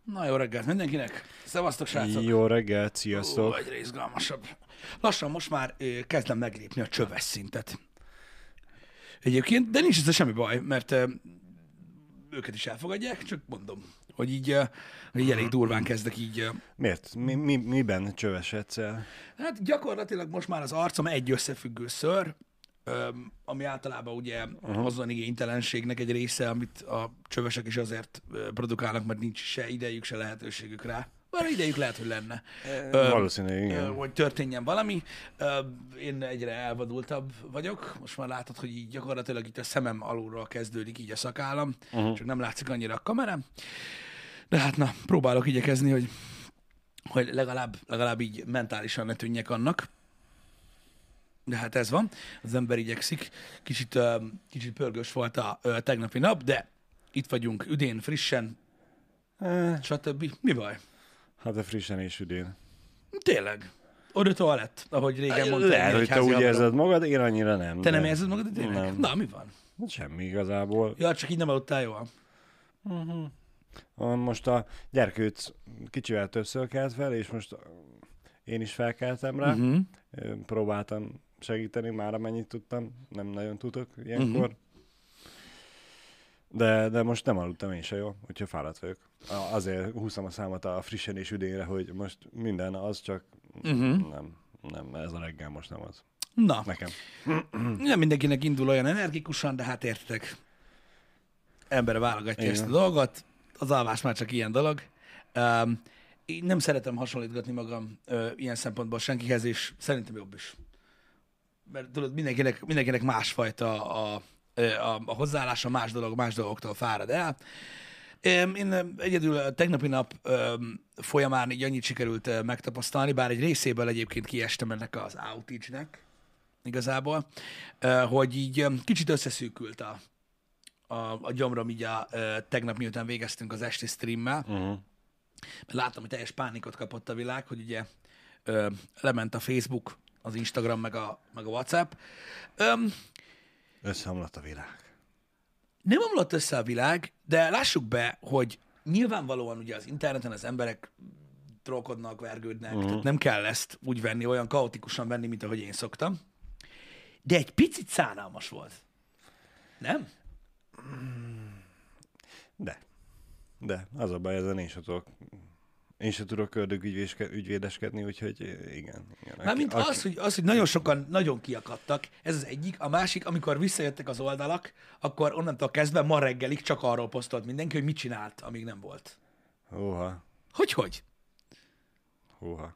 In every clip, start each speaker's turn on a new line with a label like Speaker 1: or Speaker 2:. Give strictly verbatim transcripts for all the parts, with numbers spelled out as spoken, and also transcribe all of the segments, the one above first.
Speaker 1: Na jó reggelt mindenkinek! Szevasztok, srácok!
Speaker 2: Jó reggelt, sziasztok!
Speaker 1: Ó, egyre izgalmasabb. Lassan most már ö, kezdem meglépni a csöves szintet. Egyébként, de nincs ezzel semmi baj, mert ö, őket is elfogadják, csak mondom, hogy így, ö, hogy így elég durván kezdek így. Ö,
Speaker 2: Miért? Mi, mi, miben csövesedsz el?
Speaker 1: hát gyakorlatilag most már az arcom egy összefüggő szőr, ö, ami általában ugye uh-huh. azon igénytelenségnek egy része, amit a csövesek is azért ö, produkálnak, mert nincs se idejük, se lehetőségük rá. Van idejük, lehet, hogy lenne.
Speaker 2: E, valószínűleg, igen.
Speaker 1: Ö, hogy történjen valami. Ö, én egyre elvadultabb vagyok. Most már látod, hogy így gyakorlatilag itt a szemem alulról kezdődik így a szakállam, uh-huh. csak nem látszik annyira a kamerám. De hát na, próbálok igyekezni, hogy, hogy legalább, legalább így mentálisan ne tűnjek annak. De hát ez van. Az ember igyekszik. Kicsit, kicsit pörgős volt a tegnapi nap, de itt vagyunk üdén, frissen,
Speaker 2: E,
Speaker 1: stb. Mi baj?
Speaker 2: hát a frissen és üdén.
Speaker 1: Tényleg. Oda toalett, ahogy régen mondtad.
Speaker 2: Lehet, hogy te úgy érzed magad, én annyira nem.
Speaker 1: Te
Speaker 2: de...
Speaker 1: nem érzed magad tényleg?
Speaker 2: Nem.
Speaker 1: Na, mi van?
Speaker 2: Semmi igazából.
Speaker 1: Ja, csak így nem aludtál jól.
Speaker 2: Uh-huh. Most a gyerkőc kicsivel többször kelt fel, és most én is felkeltem rá.
Speaker 1: Uh-huh.
Speaker 2: Próbáltam segíteni, már amennyit tudtam. Nem nagyon tudok ilyenkor.
Speaker 1: Uh-huh.
Speaker 2: De, de most nem aludtam én se jól, úgyhogy fáradt vagyok. A- Azért húzom a számot a frissen és üdénre, hogy most minden az, csak
Speaker 1: Uh-huh.
Speaker 2: nem, nem, ez a reggel most nem az.
Speaker 1: Na,
Speaker 2: Nekem.
Speaker 1: nem mindenkinek indul olyan energikusan, de hát értetek. Embere válogatja
Speaker 2: Igen.
Speaker 1: ezt a dolgot. Az alvás már csak ilyen dolog. Um, én nem szeretem hasonlítgatni magam uh, ilyen szempontból senkihez, és szerintem jobb is. Mert tudod, mindenkinek, mindenkinek másfajta a, a, a hozzáállása, más dolog, más dolgoktól fárad el. Em, Én egyedül a tegnapi nap öm, folyamán így annyit sikerült ö, megtapasztalni, bár egy részéből egyébként kiestem ennek az outage-nek igazából, ö, hogy így öm, kicsit összeszűkült a, a, a gyomrom így a ö, tegnap miután végeztünk az esti streammel,
Speaker 2: Uh-huh.
Speaker 1: mert láttam, hogy teljes pánikot kapott a világ, hogy ugye ö, lement a Facebook, az Instagram, meg a, meg a WhatsApp. Öm,
Speaker 2: Összeomlott a világ.
Speaker 1: Nem omlott össze a világ, de lássuk be, hogy nyilvánvalóan ugye az interneten az emberek trollkodnak, vergődnek, uh-huh. tehát nem kell ezt úgy venni, olyan kaotikusan venni, mint ahogy én szoktam. De egy picit szánalmas volt. Nem?
Speaker 2: De. De. Az a baj, ezen én sem tudok, én sem tudok ördög ügyvéske- ügyvédeskedni, úgyhogy igen. igen.
Speaker 1: Mármint
Speaker 2: Aki-
Speaker 1: az, hogy, az, hogy nagyon sokan nagyon kiakadtak, ez az egyik. A másik, amikor visszajöttek az oldalak, akkor onnantól kezdve ma reggelig csak arról posztolt mindenki, hogy mit csinált, amíg nem volt.
Speaker 2: Húha.
Speaker 1: Hogy-hogy?
Speaker 2: Húha.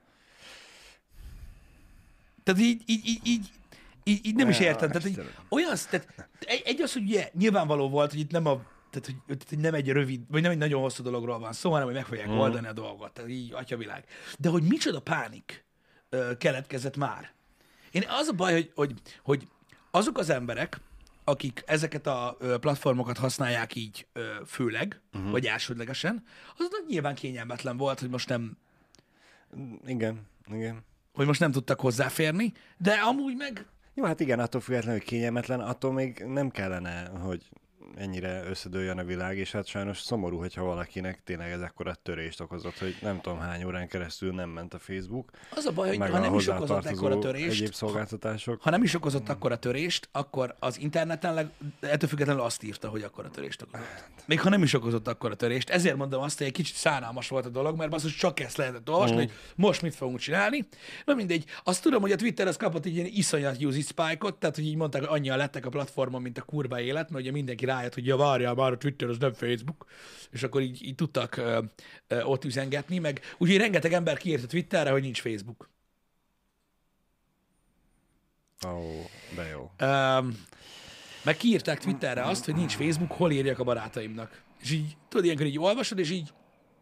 Speaker 1: Tehát így, így, így, így, így, így nem is
Speaker 2: Ja,
Speaker 1: értem. Tehát, így,
Speaker 2: Istenem.
Speaker 1: olyan, tehát egy, egy az, hogy ugye, nyilvánvaló volt, hogy itt nem a tehát, hogy, hogy nem egy rövid, vagy nem egy nagyon hosszú dologról van szó, hanem hogy meg fogják
Speaker 2: Mhm.
Speaker 1: oldani a dolgot. Tehát így, atyavilág. De hogy micsoda pánik ö, keletkezett már. Én az a baj, hogy, hogy, hogy azok az emberek, akik ezeket a ö, platformokat használják így ö, főleg, uh-huh. vagy elsődlegesen, azoknak nyilván kényelmetlen volt, hogy most nem
Speaker 2: Igen, igen.
Speaker 1: hogy most nem tudtak hozzáférni, de amúgy meg
Speaker 2: Jó, hát igen, attól függetlenül, hogy kényelmetlen, attól még nem kellene, hogy ennyire összedőljön a világ, és hát sajnos szomorú, hogyha valakinek tényleg ez ekkora törést okozott, hogy nem tudom hány órán keresztül nem ment a Facebook,
Speaker 1: az a baj, hogy
Speaker 2: meg
Speaker 1: ha
Speaker 2: a
Speaker 1: nem is okozott
Speaker 2: hozzátartozó
Speaker 1: ekkora törést,
Speaker 2: egyéb szolgáltatások.
Speaker 1: ha nem is okozott akkora törést, akkor az interneten leg, ettől függetlenül azt írta, hogy akkora törést okozott. Még ha nem is okozott akkora törést. Ezért mondom azt, hogy egy kicsit szánalmas volt a dolog, mert az, hogy csak ezt lehetett olvasni,
Speaker 2: Mm.
Speaker 1: hogy most mit fogunk csinálni. Na mindegy. Azt tudom, hogy a Twitter az kapott egy ilyen iszonyat usage spike-ot, tehát hogy így mondták, hogy annyian lettek a platformon, mint a kurva élet, mert ugye mindenki rájött, hogy ja, várjál már, a Twitter az nem Facebook, és akkor így, így tudtak ö, ö, ott üzengetni, meg úgyhogy rengeteg ember kiírt a Twitterre, hogy nincs Facebook.
Speaker 2: Ó, oh, de jó.
Speaker 1: Um, meg kiírták Twitterre azt, hogy nincs Facebook, hol írjak a barátaimnak. És így, tudod, ilyenkor így olvasod, és így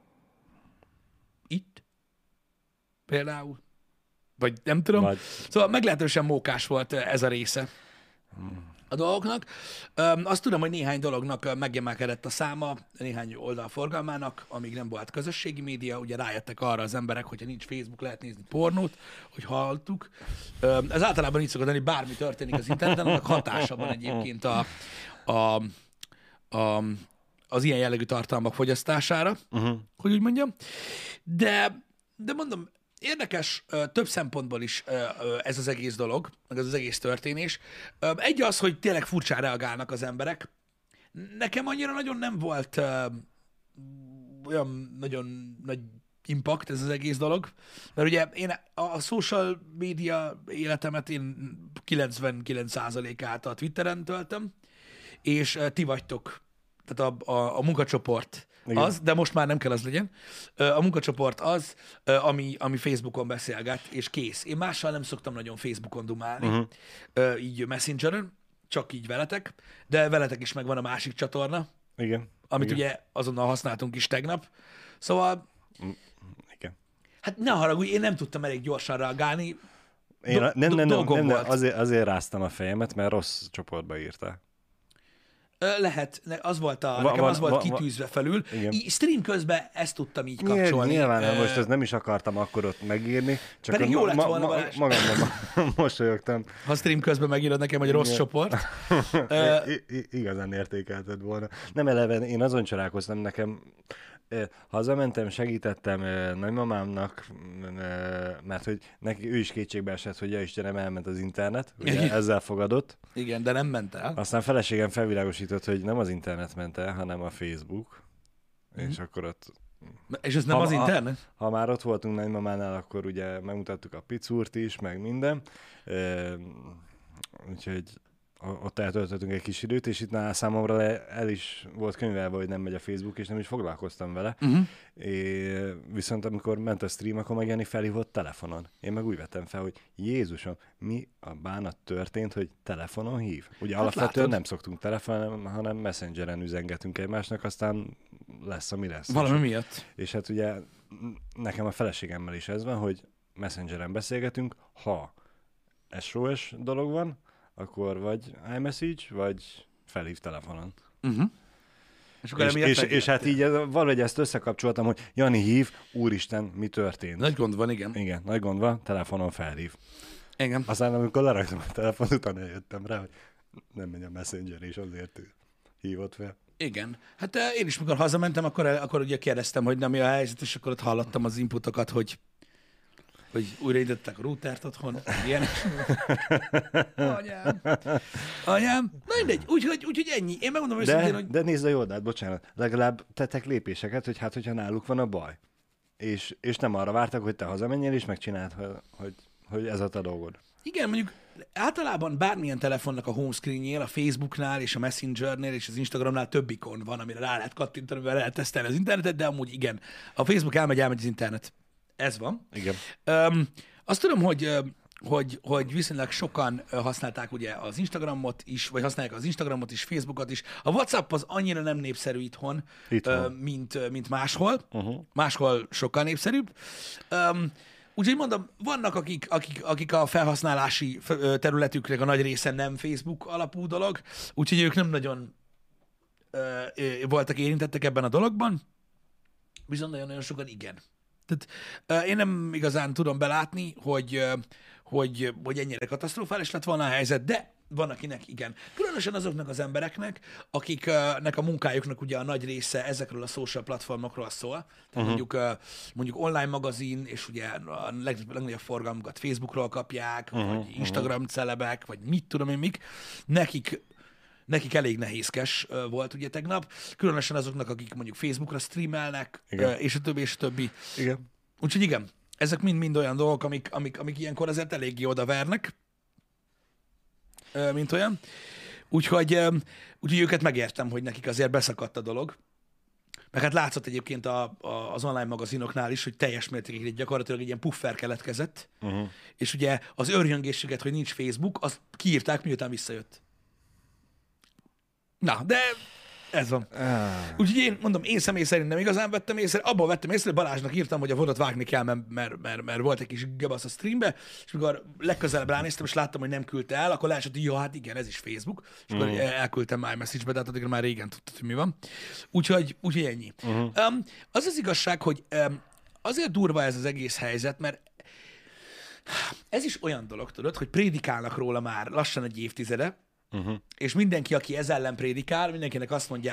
Speaker 1: itt? Például? Vagy nem tudom.
Speaker 2: Vagy-
Speaker 1: Szóval meglehetősen mókás volt ez a része a dolgoknak. Um, azt tudom, hogy néhány dolognak ö, megemelkedett a száma, néhány oldal forgalmának, amíg nem volt közösségi média. Ugye rájöttek arra az emberek, hogyha nincs Facebook, lehet nézni pornót, hogy hallottuk. Um, ez általában így szokott lenni, bármi történik az interneten, annak hatása van egyébként a, a, a, az ilyen jellegű tartalmak fogyasztására,
Speaker 2: Uh-huh.
Speaker 1: hogy úgy mondjam. De, de mondom, érdekes ö, több szempontból is ö, ö, ez az egész dolog, meg ez az egész történés. Ö, Egy az, hogy tényleg furcsán reagálnak az emberek. Nekem annyira nagyon nem volt ö, olyan nagyon nagy impact ez az egész dolog, mert ugye én a social média életemet én kilencvenkilenc százalékát a Twitteren töltöm, és ö, ti vagytok, tehát a, a, a munkacsoport
Speaker 2: Igen.
Speaker 1: az, de most már nem kell az legyen. Ö, A munkacsoport az, ö, ami, ami Facebookon beszélget, és kész. Én mással nem szoktam nagyon Facebookon dumálni,
Speaker 2: Uh-huh.
Speaker 1: ö, így Messengeren, csak így veletek, de veletek is megvan a másik csatorna,
Speaker 2: Igen.
Speaker 1: amit
Speaker 2: Igen.
Speaker 1: ugye azonnal használtunk is tegnap. Szóval,
Speaker 2: Igen.
Speaker 1: hát ne haragudj, én nem tudtam elég gyorsan reagálni.
Speaker 2: Én a,
Speaker 1: Do-
Speaker 2: nem,
Speaker 1: do-
Speaker 2: nem, nem,
Speaker 1: dolgom
Speaker 2: nem, nem,
Speaker 1: volt.
Speaker 2: azért, azért ráztam a fejemet, mert rossz csoportba írtál.
Speaker 1: Ö, Lehet, ne- az volt, a,
Speaker 2: Va-
Speaker 1: nekem
Speaker 2: van-
Speaker 1: az volt
Speaker 2: va- va-
Speaker 1: kitűzve felül.
Speaker 2: Igen.
Speaker 1: Í- stream közben ezt tudtam így
Speaker 2: Nyilván,
Speaker 1: kapcsolni.
Speaker 2: nyilván, hát
Speaker 1: Ö,
Speaker 2: most ezt nem is akartam akkor ott megírni, csak
Speaker 1: Pedig
Speaker 2: a-
Speaker 1: jó lett
Speaker 2: ma,
Speaker 1: volna,
Speaker 2: ma,
Speaker 1: Balázs.
Speaker 2: magamban ma- mosolyogtam.
Speaker 1: Ha stream közben megírod nekem, hogy rossz
Speaker 2: Igen.
Speaker 1: csoport. Ö,
Speaker 2: I- i- igazán értékelted volna. Nem eleve, én azon csodálkoztam nekem, eh, hazamentem, segítettem eh, nagymamámnak, mm, eh, mert hogy neki ő is kétségbe esett, hogy ja Istenem, elment az internet, ugye
Speaker 1: Igen.
Speaker 2: ezzel fogadott.
Speaker 1: Igen, de nem ment el.
Speaker 2: Aztán feleségem felvilágosított, hogy nem az internet ment el, hanem a Facebook.
Speaker 1: Mhm.
Speaker 2: És akkor ott,
Speaker 1: És ez nem
Speaker 2: Ha-
Speaker 1: az
Speaker 2: ha-
Speaker 1: internet?
Speaker 2: ha már ott voltunk nagymamánál, akkor ugye megmutattuk a picúrt is, meg minden. Eh, úgyhogy o- ott eltöltöttünk egy kis időt, és itt nála számomra le- el is volt könyvelve, hogy nem megy a Facebook, és nem is foglalkoztam vele.
Speaker 1: Uh-huh.
Speaker 2: É, viszont amikor ment a stream, akkor meg Jani felhívott telefonon. Én meg úgy vettem fel, hogy Jézusom, mi a bánat történt, hogy telefonon hív? Ugye
Speaker 1: Hát
Speaker 2: alapvetően
Speaker 1: látod.
Speaker 2: nem szoktunk telefonon, hanem messengeren üzengetünk egymásnak, aztán lesz, ami lesz.
Speaker 1: Valami
Speaker 2: és,
Speaker 1: miatt.
Speaker 2: és hát ugye nekem a feleségemmel is ez van, hogy messengeren beszélgetünk, ha es o es dolog van, akkor vagy iMessage, vagy felhív telefonon.
Speaker 1: Uh-huh. És, akkor
Speaker 2: És,
Speaker 1: emiatt
Speaker 2: és, és hát
Speaker 1: megijedtél.
Speaker 2: így ez- valahogy ezt összekapcsoltam, hogy Jani hív, úristen, mi történt?
Speaker 1: Nagy gond van, igen.
Speaker 2: Igen, nagy gond van, telefonon felhív.
Speaker 1: Igen.
Speaker 2: Aztán amikor leraktam a telefont, utána jöttem rá, hogy nem megy a Messenger, és azért ő hívott fel.
Speaker 1: Igen. Hát eh, én is, mikor hazamentem, akkor, akkor ugye kérdeztem, hogy nem mi a helyzet, és akkor ott hallottam az inputokat, hogy hogy újraindították a routert otthon, ilyen. Anyám. Anyám. Na mindegy, úgyhogy, úgyhogy ennyi. Én megmondom őszintén,
Speaker 2: De,
Speaker 1: hogy
Speaker 2: de nézd a jó oldalt, bocsánat, legalább tettek lépéseket, hogy hát, hogyha náluk van a baj. És, és nem arra vártak, hogy te hazamenjél, és megcsináld, hogy, hogy, hogy ez a te dolgod.
Speaker 1: igen, mondjuk általában bármilyen telefonnak a homescreenjél, a Facebooknál és a Messengernél és az Instagramnál több ikon van, amire rá lehet kattintani, amivel lehet tesztelni az internetet, de amúgy igen, a Facebook elmegy, elmegy az internet. Ez van.
Speaker 2: Igen.
Speaker 1: Um, azt tudom, hogy, ö, hogy, hogy viszonylag sokan ö, használták ugye az Instagramot is, vagy használják az Instagramot is, Facebookot is. A WhatsApp az annyira nem népszerű itthon,
Speaker 2: Itthon.
Speaker 1: ö, mint, ö, mint máshol.
Speaker 2: Uh-huh.
Speaker 1: Máshol sokkal népszerűbb. Um, úgyhogy mondom, vannak, akik, akik, akik a felhasználási f- ö, területüknek a nagy része nem Facebook alapú dolog, úgyhogy ők nem nagyon ö, ö, voltak érintettek ebben a dologban, viszont nagyon-nagyon sokan igen. Tehát ö, én nem igazán tudom belátni, hogy, ö, hogy, hogy ennyire katasztrofális lett volna a helyzet, de van, akinek igen. Különösen azoknak az embereknek, akiknek a munkájuknak ugye a nagy része ezekről a social platformokról szól. Tehát uh-huh. mondjuk, ö, mondjuk online magazin, és ugye a leg, legnagyobb forgalmukat Facebookról kapják, uh-huh. vagy Instagram celebek, vagy mit tudom én mik. Nekik Nekik elég nehézkes ö, volt ugye tegnap, különösen azoknak, akik mondjuk Facebookra streamelnek,
Speaker 2: Igen.
Speaker 1: ö, és a többi, és a többi.
Speaker 2: Igen.
Speaker 1: Úgyhogy igen, ezek mind-mind olyan dolgok, amik, amik, amik ilyenkor azért eléggé odavernek, ö, mint olyan. Úgyhogy, ö, úgyhogy őket megértem, hogy nekik azért beszakadt a dolog. Meg hát látszott egyébként a, a, az online magazinoknál is, hogy teljes mértékig gyakorlatilag egy ilyen puffer keletkezett,
Speaker 2: Uh-huh.
Speaker 1: és ugye az örjöngésüket, hogy nincs Facebook, azt kiírták, miután visszajött. Na, de ez van.
Speaker 2: Ah.
Speaker 1: Úgyhogy én mondom, én személy szerint nem igazán vettem észre, abban vettem észre, hogy Balázsnak írtam, hogy a vodat vágni kell, mert, mert, mert, mert volt egy kis gebasz a streambe, és mikor legközelebb ránéztem, és láttam, hogy nem küldte el, akkor leesett, hogy jó, hát igen, ez is Facebook, és akkor
Speaker 2: Mhm.
Speaker 1: elküldtem iMessage-be, tehát addigra már régen tudtad, hogy mi van. Úgyhogy, úgyhogy ennyi.
Speaker 2: Mhm.
Speaker 1: Um, az az igazság, hogy um, azért durva ez az egész helyzet, mert ez is olyan dolog, tudod, hogy prédikálnak róla már lassan egy évtizede,
Speaker 2: Uh-huh.
Speaker 1: és mindenki, aki ez ellen prédikál, mindenkinek azt mondják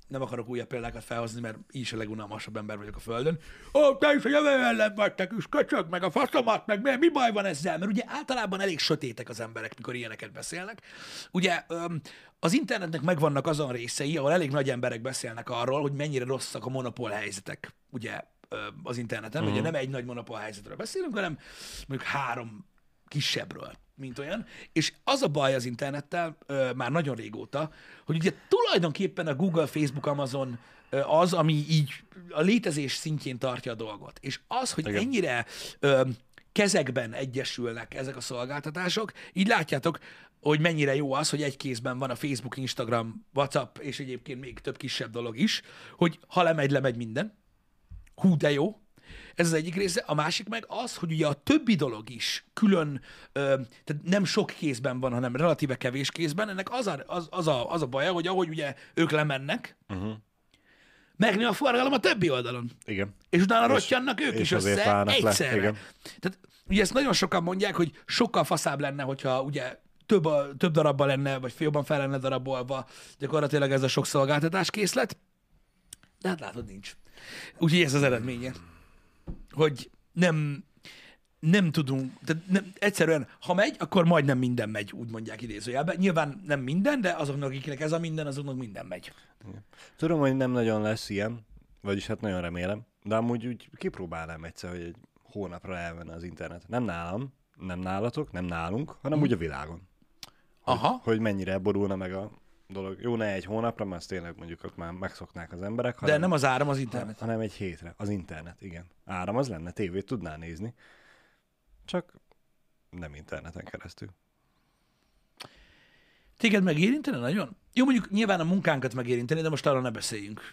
Speaker 1: nem akarok újabb példákat felhozni, mert így is a legunalmasabb ember vagyok a Földön. Ó, te is a jövő ellen vagytok, és köcsög meg a faszomat, meg mi, mi baj van ezzel? Mert ugye általában elég sötétek az emberek, mikor ilyeneket beszélnek. Ugye az internetnek megvannak azon részei, ahol elég nagy emberek beszélnek arról, hogy mennyire rosszak a monopól helyzetek, ugye az interneten. Uh-huh. Ugye nem egy nagy monopól helyzetről beszélünk, hanem mondjuk három kisebbről, mint olyan. És az a baj az internettel ö, már nagyon régóta, hogy ugye tulajdonképpen a Google, Facebook, Amazon ö, az, ami így a létezés szintjén tartja a dolgot. És az, hogy igen, ennyire ö, kezekben egyesülnek ezek a szolgáltatások, így látjátok, hogy mennyire jó az, hogy egy kézben van a Facebook, Instagram, WhatsApp, és egyébként még több kisebb dolog is, hogy ha lemegy, lemegy minden. Hú, de jó. Ez az egyik része. A másik meg az, hogy ugye a többi dolog is külön, ö, tehát nem sok kézben van, hanem relatíve kevés kézben. Ennek az a, az, az a, az a baja, hogy ahogy ugye ők lemennek, uh-huh, megnő a forgalom a többi oldalon.
Speaker 2: Igen.
Speaker 1: És utána rottyannak ők
Speaker 2: és
Speaker 1: is össze egyszerre.
Speaker 2: Igen.
Speaker 1: Tehát ugye ezt nagyon sokan mondják, hogy sokkal faszább lenne, hogyha ugye több, a, több darabban lenne, vagy jobban fel lenne darabolva gyakorlatilag ez a sok szolgáltatás készlet. De hát látod, nincs. Úgyhogy ez az eredménye, hogy nem, nem tudunk, tehát nem, egyszerűen, ha megy, akkor majdnem minden megy, úgy mondják idézőjelben. Nyilván nem minden, de azoknak, akiknek ez a minden, azoknak minden megy.
Speaker 2: Tudom, hogy nem nagyon lesz ilyen, vagyis hát nagyon remélem, de amúgy úgy kipróbálnám egyszer, hogy egy hónapra elvenne az internet. Nem nálam, nem nálatok, nem nálunk, hanem hmm. úgy a világon.
Speaker 1: Aha.
Speaker 2: Hogy, hogy mennyire borulna meg a dolog. Jó, ne egy hónapra, mert azt tényleg mondjuk ott már megszoknák az emberek.
Speaker 1: Hanem, de nem az áram, az internet.
Speaker 2: Hanem egy hétre. Az internet, igen. Áram az lenne, tévét tudnál nézni. Csak nem interneten keresztül.
Speaker 1: Téged megérintene nagyon? Jó, mondjuk nyilván a munkánkat megérinteni, de most arra ne beszéljünk.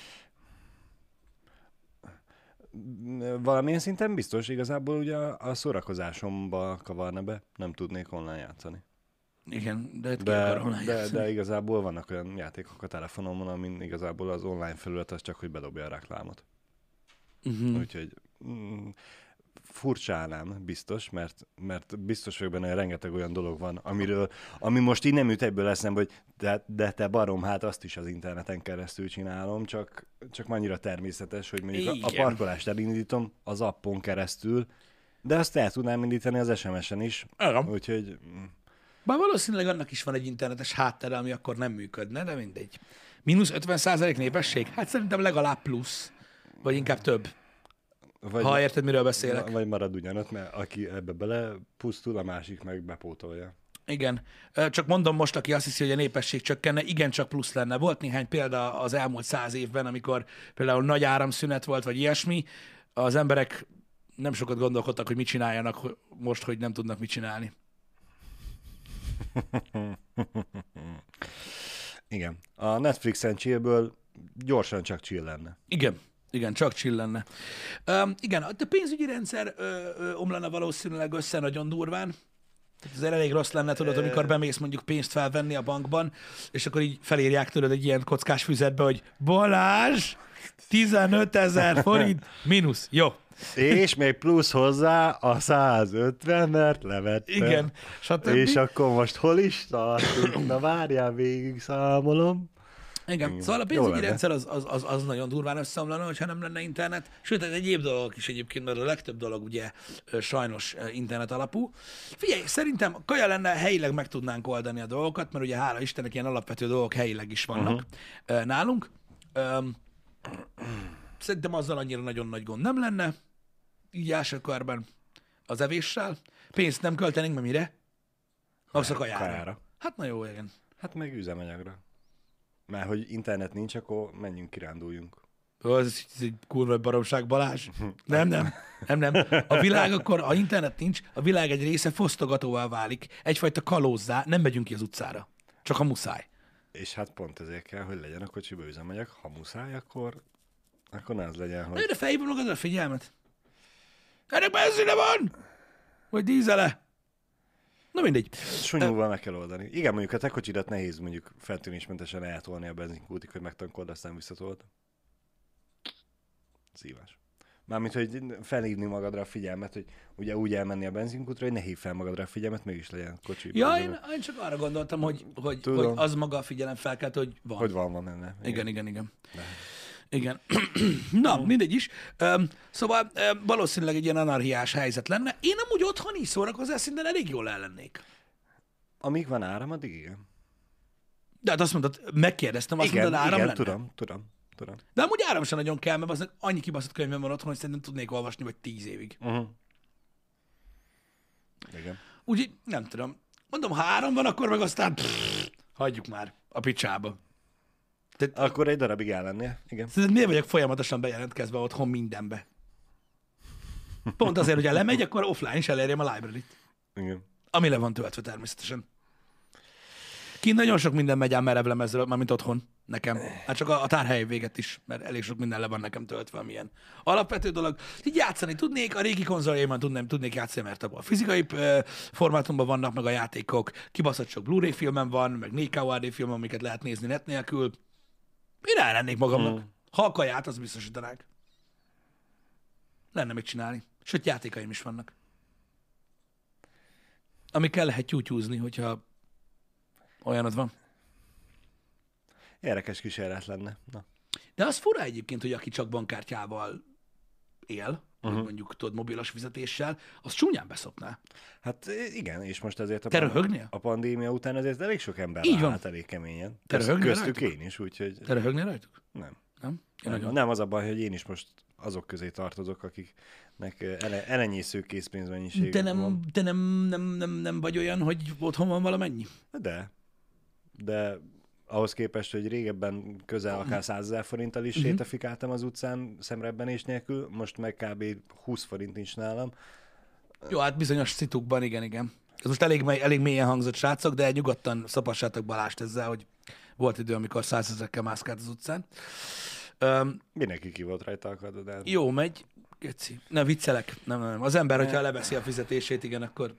Speaker 2: Valamilyen szinten biztos, igazából ugye a szórakozásomba kavarna be, nem tudnék online játszani.
Speaker 1: Igen, de,
Speaker 2: de, de, de igazából vannak olyan játékok a telefonomon, amin igazából az online felület az csak, hogy bedobja a reklámot. Uh-huh. Úgyhogy mm, furcsálnám biztos, mert, mert biztos vagyok benne, hogy rengeteg olyan dolog van, amiről, ami most így nem üt egyből eszembe, hogy de, de te barom, hát azt is az interneten keresztül csinálom, csak, csak annyira természetes, hogy mondjuk a, a parkolást elindítom az appon keresztül, de azt el tudnám indítani az es em es-en is.
Speaker 1: Igen.
Speaker 2: Úgyhogy...
Speaker 1: Bár valószínűleg annak is van egy internetes háttere, ami akkor nem működne, de mindegy. Mínusz ötven százalék népesség? Hát szerintem legalább plusz, vagy inkább több. Vagy, ha érted, miről beszélek.
Speaker 2: Vagy marad ugyanott, mert aki ebbe bele pusztul, a másik meg bepótolja.
Speaker 1: Igen. Csak mondom most, aki azt hiszi, hogy a népesség csökkenne, igencsak plusz lenne. Volt néhány példa az elmúlt száz évben, amikor például nagy áramszünet volt, vagy ilyesmi, az emberek nem sokat gondolkodtak, hogy mit csináljanak most, hogy nem tudnak mit csinálni.
Speaker 2: Igen. A Netflixen chillből gyorsan csak chill lenne.
Speaker 1: Igen. Igen, csak chill lenne. Um, igen, a pénzügyi rendszer ö, ö, omlana valószínűleg össze nagyon durván. Ez elég rossz lenne, tudod, amikor bemész mondjuk pénzt felvenni a bankban, és akkor így felírják tőled egy ilyen kockás füzetbe, hogy Balázs, tizenötezer forint, mínusz. Jó.
Speaker 2: És még plusz hozzá a százötven, mert levette.
Speaker 1: Igen. Stb.
Speaker 2: És akkor most hol is tartunk? Na várjál, végig számolom.
Speaker 1: Igen, igen. Szóval a pénzügyi rendszer az, az, az, az nagyon durván összeomlana, hogyha nem lenne internet. Sőt, ez egyéb dolgok is egyébként, mert a legtöbb dolog ugye sajnos internet alapú. Figyelj, szerintem kaja lenne, helyileg meg tudnánk oldani a dolgokat, mert ugye hála Istennek ilyen alapvető dolgok helyileg is vannak uh-huh. nálunk. Szerintem azzal annyira nagyon nagy gond nem lenne, így első körben az evéssel. Pénzt nem költenénk, mert mire? Max a kajára. kajára. Hát na jó, igen.
Speaker 2: Hát meg üzemanyagra. Mert hogy internet nincs, akkor menjünk, kiránduljunk.
Speaker 1: Ez egy kurva baromság, Balázs. Nem, nem, nem, nem. A világ akkor, ha internet nincs, a világ egy része fosztogatóvá válik. Egyfajta kalózzá, nem megyünk ki az utcára. Csak ha muszáj.
Speaker 2: És hát pont ezért kell, hogy legyen a kocsiba üzemanyag. Ha muszáj, akkor, akkor ne az legyen, hogy...
Speaker 1: De fejében magad a figyelmet. Ennek benzine van! Vagy dízele? Na mindegy.
Speaker 2: Sunyúval meg kell oldani. Igen, mondjuk a te kocsidat nehéz mondjuk feltűnésmentesen eltolni a benzinkútig, hogy megtankold, aztán visszatold. Szívás. Mármint, hogy felhívni magadra a figyelmet, hogy ugye úgy elmenni a benzinkútra, hogy ne hív fel magadra a figyelmet, mégis legyen kocsi.
Speaker 1: Ja, én, én csak arra gondoltam, hogy, hogy, hogy az maga a figyelem felkelt, hogy van.
Speaker 2: Hogy van, van benne.
Speaker 1: Igen, igen, igen. igen. Igen. Na, mindegy is. Um, szóval um, valószínűleg egy ilyen anarchiás helyzet lenne. Én amúgy otthon is szórakozás szinten elég jól ellennék.
Speaker 2: Amíg van áram, addig igen.
Speaker 1: De hát azt mondtad, megkérdeztem, azt
Speaker 2: igen,
Speaker 1: mondod, áram
Speaker 2: igen,
Speaker 1: lenne.
Speaker 2: tudom, tudom, tudom.
Speaker 1: De amúgy áram sem nagyon kell, mert az annyi kibaszott könyvem van otthon, hogy szerintem tudnék olvasni, vagy tíz évig.
Speaker 2: Uh-huh. Igen.
Speaker 1: Úgyhogy nem tudom. Mondom, ha áram van, akkor meg aztán pff, hagyjuk már a picsába.
Speaker 2: Tehát, akkor egy darabig ellennél. Igen.
Speaker 1: Szerintem miért vagyok folyamatosan bejelentkezve otthon mindenbe? Pont azért, hogy ha lemegy, akkor offline is elérjem a library-t.
Speaker 2: Igen.
Speaker 1: Ami le van töltve természetesen. Kint nagyon sok minden megy ám merevlemezről, mármint otthon nekem. Hát csak a, a tárhely véget is, mert elég sok minden le van nekem töltve, amilyen alapvető dolog. Így játszani tudnék, a régi konzoljaimban tudném, tudnék játszani, mert a fizikai ö, formátumban vannak meg a játékok, kibaszott sok Blu-ray filmem van, meg négy ká há dé film, amiket lehet nézni net nélkül. Én ellennék magamnak. Hmm. Ha a kaját, az biztosítanák. Lenne mit csinálni. Sőt, játékaim is vannak. Amikkel lehet tyútyúzni, hogyha olyanod van.
Speaker 2: Érdekes kísérlet lenne. Na.
Speaker 1: De az fura egyébként, hogy aki csak bankkártyával él, uh-huh. vagy mondjuk tudod, mobilos fizetéssel, az csúnyán beszopná.
Speaker 2: Hát igen, és most azért a,
Speaker 1: Te röhögnél?
Speaker 2: a pandémia után azért elég sok ember
Speaker 1: Így van.
Speaker 2: állt elég keményen.
Speaker 1: Te röhögnél
Speaker 2: köztük
Speaker 1: rajtuk?
Speaker 2: én is, úgyhogy...
Speaker 1: Te röhögnél rajtuk?
Speaker 2: Nem.
Speaker 1: Nem?
Speaker 2: Nem, nagyon... nem az a baj, hogy én is most azok közé tartozok, akiknek ele, elenyésző készpénzmennyiség
Speaker 1: Te nem,
Speaker 2: van.
Speaker 1: te nem, nem, nem, nem vagy olyan, hogy otthon van valamennyi?
Speaker 2: De. De ahhoz képest, hogy régebben közel akár százezer forinttal is uh-huh. sétafikáltam az utcán szemrebbenés nélkül, most meg kb. húsz forint nincs nálam.
Speaker 1: Jó, hát bizonyos szitukban, igen, igen. Ez most elég, elég mélyen hangzott, srácok, de nyugodtan szapassátok Balást ezzel, hogy volt idő, amikor százezrekkel mászkált az utcán. Um,
Speaker 2: Mindenki ki volt rajta akadod el.
Speaker 1: Jó, megy. Geci. Ne, viccelek. Nem, nem, nem. Az ember, hogyha leveszi a fizetését, igen, akkor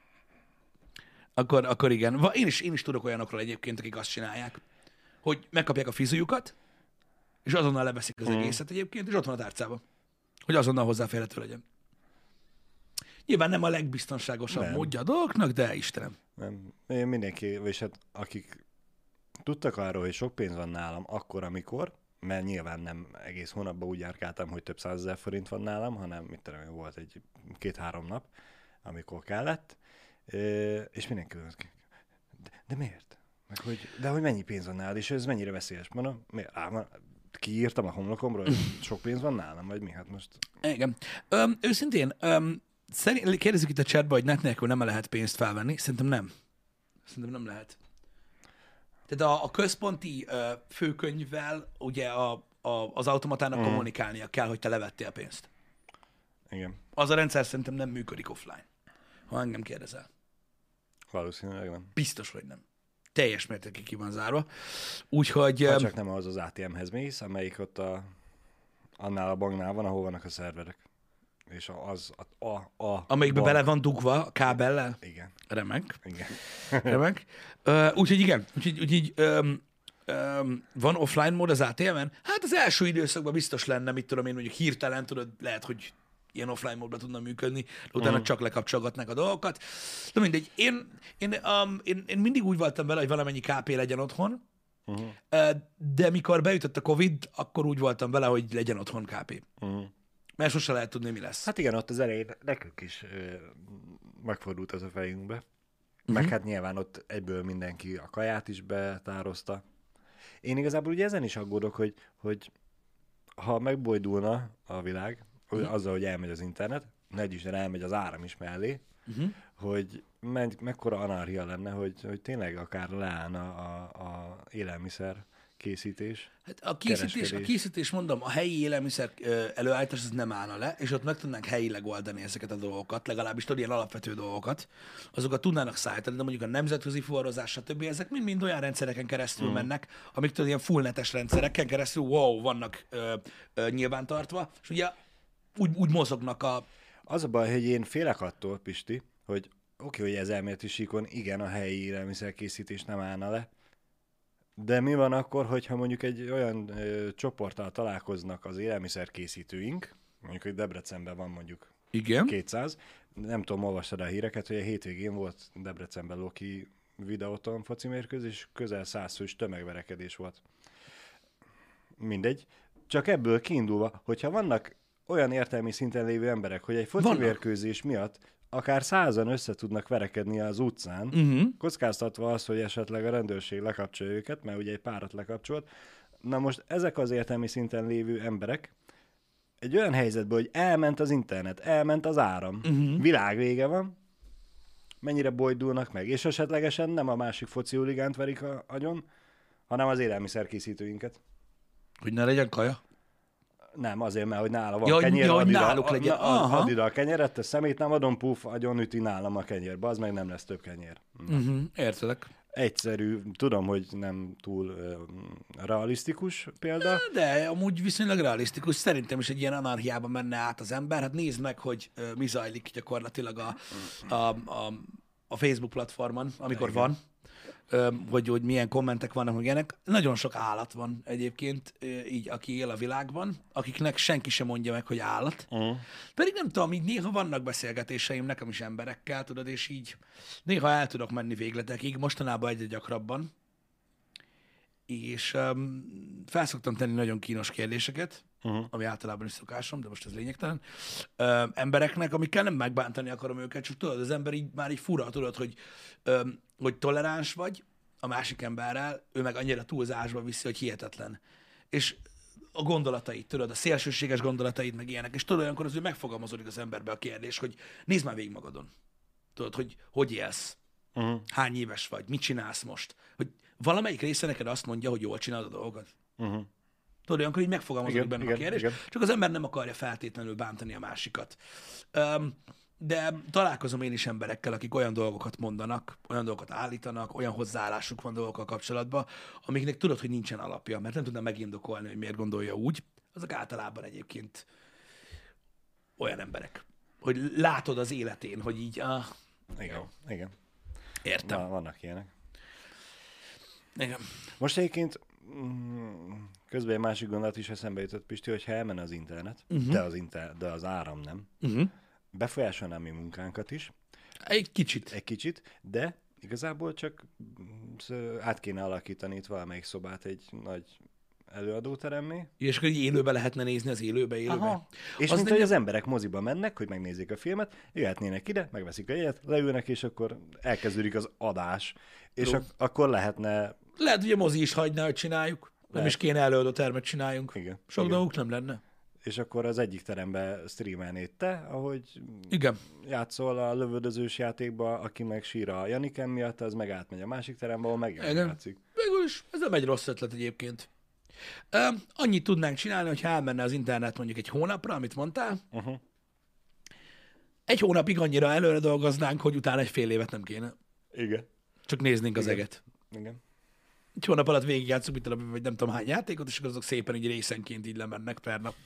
Speaker 1: akkor, akkor igen. Én is, én is tudok olyanokról egyébként, akik azt csinálják, hogy megkapják a fizujukat, és azonnal leveszik az mm. egészet egyébként, és ott van a tárcában, hogy azonnal hozzáférhető legyen. Nyilván nem a legbiztonságosabb nem. módja a dolgoknak, de Istenem.
Speaker 2: Nem. Én mindenki, és hát akik tudtak arról, hogy sok pénz van nálam akkor, amikor, mert nyilván nem egész hónapban úgy járkáltam, hogy több százezer forint van nálam, hanem mit tudom, volt egy két-három nap, amikor kellett, és mindenki de, de miért? Meg hogy, de hogy mennyi pénz van nálad, és ez mennyire veszélyes? Mondom, miért? Á, kiírtam a homlokomról, hogy sok pénz van nálam, vagy mi? Hát most...
Speaker 1: Igen. Öm, őszintén, öm, szerint, kérdezzük itt a chatba, hogy net nélkül nem lehet pénzt felvenni. Szerintem nem. Szerintem nem lehet. Tehát a, a központi ö, főkönyvvel ugye a, a, az automatának mm. kommunikálnia kell, hogy te levettél pénzt.
Speaker 2: Igen.
Speaker 1: Az a rendszer szerintem nem működik offline, ha engem kérdezel.
Speaker 2: Valószínűleg nem.
Speaker 1: Biztos, hogy nem. Teljes mértékig ki van zárva. Úgyhogy...
Speaker 2: Ha csak nem az az á té em-hez mész, amelyik ott a, annál a banknál van, ahol vannak a szerverek. És az a... a, a
Speaker 1: Amelyikbe
Speaker 2: bank...
Speaker 1: bele van dugva a kábellel?
Speaker 2: Igen.
Speaker 1: Remek.
Speaker 2: Igen.
Speaker 1: Remek. Uh, úgyhogy igen. Úgyhogy, úgyhogy um, um, van offline mód az á té em-en? Hát az első időszakban biztos lenne, mit tudom én, mondjuk hirtelen, tudod, lehet, hogy ilyen offline módban tudna működni, de utána uh-huh. csak lekapcsolgatnak a dolgokat. De mindegy, én, én, um, én, én mindig úgy voltam vele, hogy valamennyi ká pé legyen otthon, uh-huh. de mikor beütött a Covid, akkor úgy voltam vele, hogy legyen otthon ká pé. Uh-huh. Mert sose lehet tudni, mi lesz.
Speaker 2: Hát igen, ott az elején nekünk is ö, megfordult az a fejünkbe. Uh-huh. Meg hát nyilván ott egyből mindenki a kaját is betározta. Én igazából ugye ezen is aggódok, hogy, hogy ha megbojdulna a világ, uh-huh. azzal, hogy elmegy az internet, negy is elmegy az áram is mellé, uh-huh. hogy me- mekkora anarchia lenne, hogy, hogy tényleg akár leállna a, a élelmiszer készítés.
Speaker 1: Hát a készítés, a készítés, mondom, a helyi élelmiszer előállítás az nem állna le, és ott meg tudnánk helyileg oldani ezeket a dolgokat, legalábbis tudod, ilyen alapvető dolgokat, azokat tudnának szállítani, de mondjuk a nemzetközi fuvarozás, stb. Ezek mind-mind olyan rendszereken keresztül mm. mennek, amik tudod, ilyen full netes rendszereken keresztül, wow, vannak ö, ö, nyilvántartva, és ugye úgy, úgy mozognak a...
Speaker 2: Az a baj, hogy én félek attól, Pisti, hogy oké, hogy ez elméleti síkon, igen, a helyi élelmiszerkészítés nem állna le, de mi van akkor, hogyha mondjuk egy olyan ö, csoporttal találkoznak az élelmiszerkészítőink, Mondjuk, hogy Debrecenben van mondjuk
Speaker 1: Igen.
Speaker 2: kétszáz. Nem tudom, olvastad a híreket, hogy a hétvégén volt Debrecenben Loki videóton foci mérkőzés, közel száz fős tömegverekedés volt. Mindegy. Csak ebből kiindulva, hogyha vannak olyan értelmi szinten lévő emberek, hogy egy foci vannak. mérkőzés miatt akár százan össze tudnak verekedni az utcán, uh-huh. kockáztatva az, hogy esetleg a rendőrség lekapcsolja őket, mert ugye egy párat lekapcsolt. Na most ezek az értelmi szinten lévő emberek egy olyan helyzetben, hogy elment az internet, elment az áram, uh-huh. világvége van, mennyire bojdulnak meg, és esetlegesen nem a másik foci huligánt verik a agyon, hanem az élelmiszerkészítőinket.
Speaker 1: Hogy ne legyen kaja?
Speaker 2: Nem, azért, mert hogy nála van
Speaker 1: ja,
Speaker 2: kenyér,
Speaker 1: ja,
Speaker 2: add
Speaker 1: náluk
Speaker 2: a,
Speaker 1: legyen.
Speaker 2: a, add ide a kenyeret, te szemét nem adom, puf, agyon üti nálam a kenyérbe, az meg nem lesz több kenyér.
Speaker 1: Uh-huh, értelek.
Speaker 2: Egyszerű, tudom, hogy nem túl uh, realisztikus példa.
Speaker 1: De amúgy viszonylag realisztikus. Szerintem is egy ilyen anarchiában menne át az ember. Hát nézd meg, hogy uh, mi zajlik gyakorlatilag a, a, a, a Facebook platformon, amikor igen. van. Hogy, hogy milyen kommentek vannak, meg ilyenek. Nagyon sok állat van egyébként, így aki él a világban, akiknek senki sem mondja meg, hogy állat. Uh-huh. Pedig nem tudom, így néha vannak beszélgetéseim nekem is emberekkel, tudod, és így néha el tudok menni végletekig, mostanában egyre gyakrabban. És um, felszoktam tenni nagyon kínos kérdéseket, uh-huh. ami általában is szokásom, de most ez lényegtelen, um, embereknek, amikkel nem megbántani akarom őket, csak tudod, az ember így már így fura, tudod, hogy, um, hogy toleráns vagy a másik emberrel, ő meg annyira túlzásba viszi, hogy hihetetlen. És a gondolatait, tudod, a szélsőséges gondolatait, meg ilyenek, és tudod, olyankor az, hogy megfogalmazódik az emberbe a kérdés, hogy nézd már végig magadon. Tudod, hogy hogy élsz, uh-huh. hány éves vagy, mit csinálsz most, hogy valamelyik része neked azt mondja, hogy jól csinálod a dolgokat. Uh-huh. Tudod, olyankor így megfogalmazódik benne igen, a kérdés, igen. Csak az ember nem akarja feltétlenül bántani a másikat. Um, de találkozom én is emberekkel, akik olyan dolgokat mondanak, olyan dolgokat állítanak, olyan hozzáállásuk van dolgokkal kapcsolatban, amiknek tudod, hogy nincsen alapja, mert nem tudna megindokolni, hogy miért gondolja úgy. Azok általában egyébként olyan emberek, hogy látod az életén, hogy így... Ah,
Speaker 2: igen, igen.
Speaker 1: Értem.
Speaker 2: Van, vannak ilyenek.
Speaker 1: Igen.
Speaker 2: Most egyébként közben egy másik gondolat is eszembe jutott, Pisti, hogy ha elmenne az internet, uh-huh. de, az inter- de az áram nem, uh-huh. befolyásolná mi munkánkat is.
Speaker 1: Egy kicsit.
Speaker 2: Egy kicsit, de igazából csak át kéne alakítani itt valamelyik szobát egy nagy előadóteremmé.
Speaker 1: És akkor így élőbe lehetne nézni az élőbe, élőbe. Aha.
Speaker 2: És az mint, hogy az emberek moziba mennek, hogy megnézzék a filmet, jöhetnének ide, megveszik a jegyet, leülnek, és akkor elkezdődik az adás. És ak- akkor lehetne...
Speaker 1: Lehet, hogy a mozi is hagyna, hogy csináljuk. Lehet. Nem is kéne előadótermet csináljunk.
Speaker 2: Igen.
Speaker 1: Sok
Speaker 2: igen.
Speaker 1: dolgok nem lenne.
Speaker 2: És akkor az egyik teremben streamelnéd te, ahogy
Speaker 1: igen.
Speaker 2: játszol a lövöldözős játékba, aki meg sír a Janiken miatt, az meg átmegy a másik terembe, ahol meg játszik.
Speaker 1: Végül is, ez nem egy rossz ötlet egyébként. Uh, annyit tudnánk csinálni, hogy elmenne az internet mondjuk egy hónapra, amit mondtál. Uh-huh. Egy hónapig annyira előre dolgoznánk, hogy utána egy fél évet nem kéne.
Speaker 2: Igen.
Speaker 1: Csak néznénk az
Speaker 2: Igen.
Speaker 1: eget.
Speaker 2: Igen.
Speaker 1: Egy hónap alatt végigjátszunk, mint talán, vagy nem tudom hány játékot, és akkor azok szépen így részenként így lemennek per nap.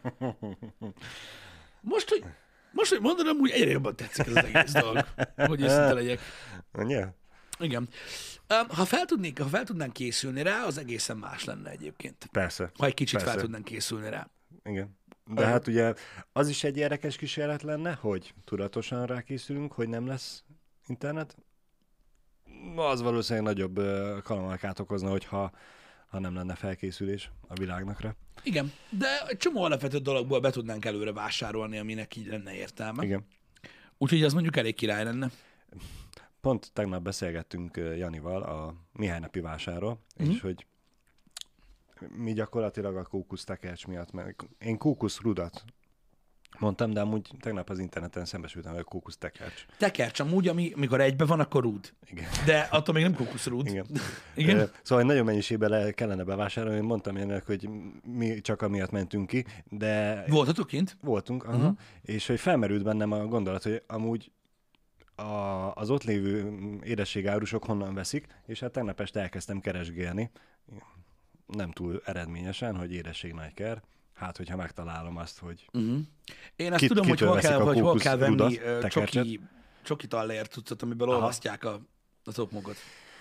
Speaker 1: Most, hogy, most, hogy mondanom, úgy egyre jobban tetszik ez az egész dolog, hogy őszinte legyek.
Speaker 2: Mondja?
Speaker 1: Igen. Ha fel, tudnék, ha fel tudnánk készülni rá, az egészen más lenne egyébként.
Speaker 2: Persze.
Speaker 1: Ha egy kicsit
Speaker 2: Persze.
Speaker 1: fel tudnánk készülni rá.
Speaker 2: Igen. De hát ugye az is egy érdekes kísérlet lenne, hogy tudatosan rákészülünk, hogy nem lesz internet. Az valószínűleg nagyobb kalamálkát okozna, hogyha ha nem lenne felkészülés a világnakra.
Speaker 1: Igen, de egy csomó alapvető dologból be tudnánk előre vásárolni, aminek így lenne értelme.
Speaker 2: Igen.
Speaker 1: Úgyhogy az mondjuk elég király lenne.
Speaker 2: Pont tegnap beszélgettünk Janival a Mihály napi vásárról, mm-hmm. és hogy mi gyakorlatilag a kókusztekercs miatt, mert én kókuszrudat mondtam, de amúgy tegnap az interneten szembesültem, hogy a kókusztekercs.
Speaker 1: Tekercs amúgy, ami, amikor egybe van, akkor rúd.
Speaker 2: Igen.
Speaker 1: De attól még nem kókuszrúd.
Speaker 2: Igen.
Speaker 1: Igen?
Speaker 2: Szóval nagyon mennyiségben le kellene bevásárolni, én mondtam ennek, hogy mi csak amiatt mentünk ki, de...
Speaker 1: Voltatok kint?
Speaker 2: Voltunk, aha. Uh-huh. És hogy felmerült bennem a gondolat, hogy amúgy a, az ott lévő édességárusok honnan veszik, és hát tegnap este elkezdtem keresgélni, nem túl eredményesen, hogy édesség nagyker. Hát, hogyha megtalálom azt, hogy... Uh-huh.
Speaker 1: Én azt Kit, tudom, hogy hol kell, hogy hol kell venni uh, csoki, csoki tallér cuccot, amiből olvasztják a, a topmogot.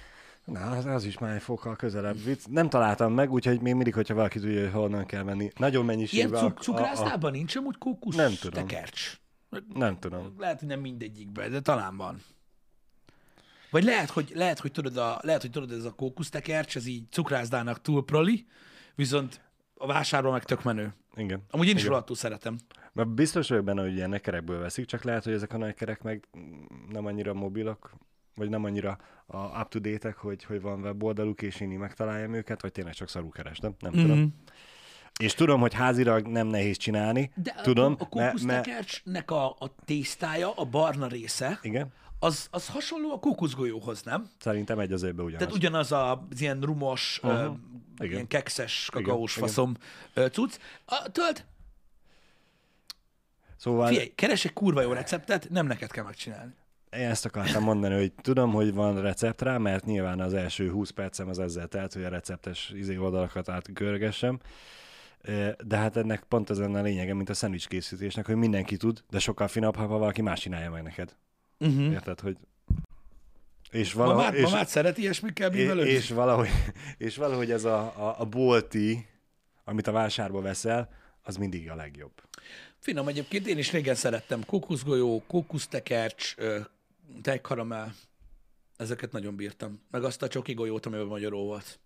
Speaker 2: Na, az, az is már egy fokkal közelebb vicc. Nem találtam meg, úgyhogy még mindig, hogyha valaki tudja, hogy honnan kell menni. Nagyon
Speaker 1: Ilyen
Speaker 2: mennyiségben.
Speaker 1: cuk- cukrásztában nincs amúgy kókusz
Speaker 2: Nem tudom.
Speaker 1: tekercs.
Speaker 2: Nem tudom.
Speaker 1: Lehet, hogy nem mindegyikben, de talán van. Vagy lehet, hogy, lehet, hogy tudod, a, lehet, hogy tudod, ez a kókusztekercs, ez így cukrászdának túl proli, viszont a vásárról meg tök menő.
Speaker 2: Igen.
Speaker 1: Amúgy én is
Speaker 2: Igen.
Speaker 1: rohadtul szeretem.
Speaker 2: Mert biztos vagyok benne, hogy ilyen nekerekből veszik, csak lehet, hogy ezek a nekerek meg nem annyira mobilak, vagy nem annyira a up-to-date-ek, hogy, hogy van weboldaluk, és én így megtaláljam őket, vagy tényleg csak szarul kerestem, nem mm-hmm. tudom. És tudom, hogy házilag nem nehéz csinálni.
Speaker 1: De
Speaker 2: tudom,
Speaker 1: a, a kókusztekercsnek a, a tésztája, a barna része,
Speaker 2: igen,
Speaker 1: az, az hasonló a kókuszgolyóhoz, nem?
Speaker 2: szerintem egy az egybe ugyanaz.
Speaker 1: Tehát ugyanaz a, az ilyen rumos,
Speaker 2: Aha,
Speaker 1: uh,
Speaker 2: igen.
Speaker 1: ilyen kekszes, kakaós
Speaker 2: Igen,
Speaker 1: faszom uh, cucc. A, tudod,
Speaker 2: Szóval
Speaker 1: figyelj, keres egy kurva jó receptet, nem neked kell megcsinálni.
Speaker 2: én ezt akartam mondani, hogy tudom, hogy van recept rá, mert nyilván az első húsz percem az ezzel telt, hogy a receptes izé oldalakat átgörgessem. De hát ennek pont ez lenne a lényege, mint a szendvics készítésnek, hogy mindenki tud, de sokkal finabb, ha valaki más csinálja meg neked.
Speaker 1: Uh-huh.
Speaker 2: Érted, hogy... És
Speaker 1: Ma
Speaker 2: valahogy,
Speaker 1: már,
Speaker 2: és,
Speaker 1: ma már szeret ilyesmikkel bívelődni?
Speaker 2: és, valahogy, és valahogy ez a, a, a bolti, amit a vásárba veszel, az mindig a legjobb.
Speaker 1: Finom egyébként, én is régen szerettem. Kókuszgolyó, kókusztekercs, ö, tejkaramell. Ezeket nagyon bírtam. Meg azt a csoki golyót, amiben magyaró volt.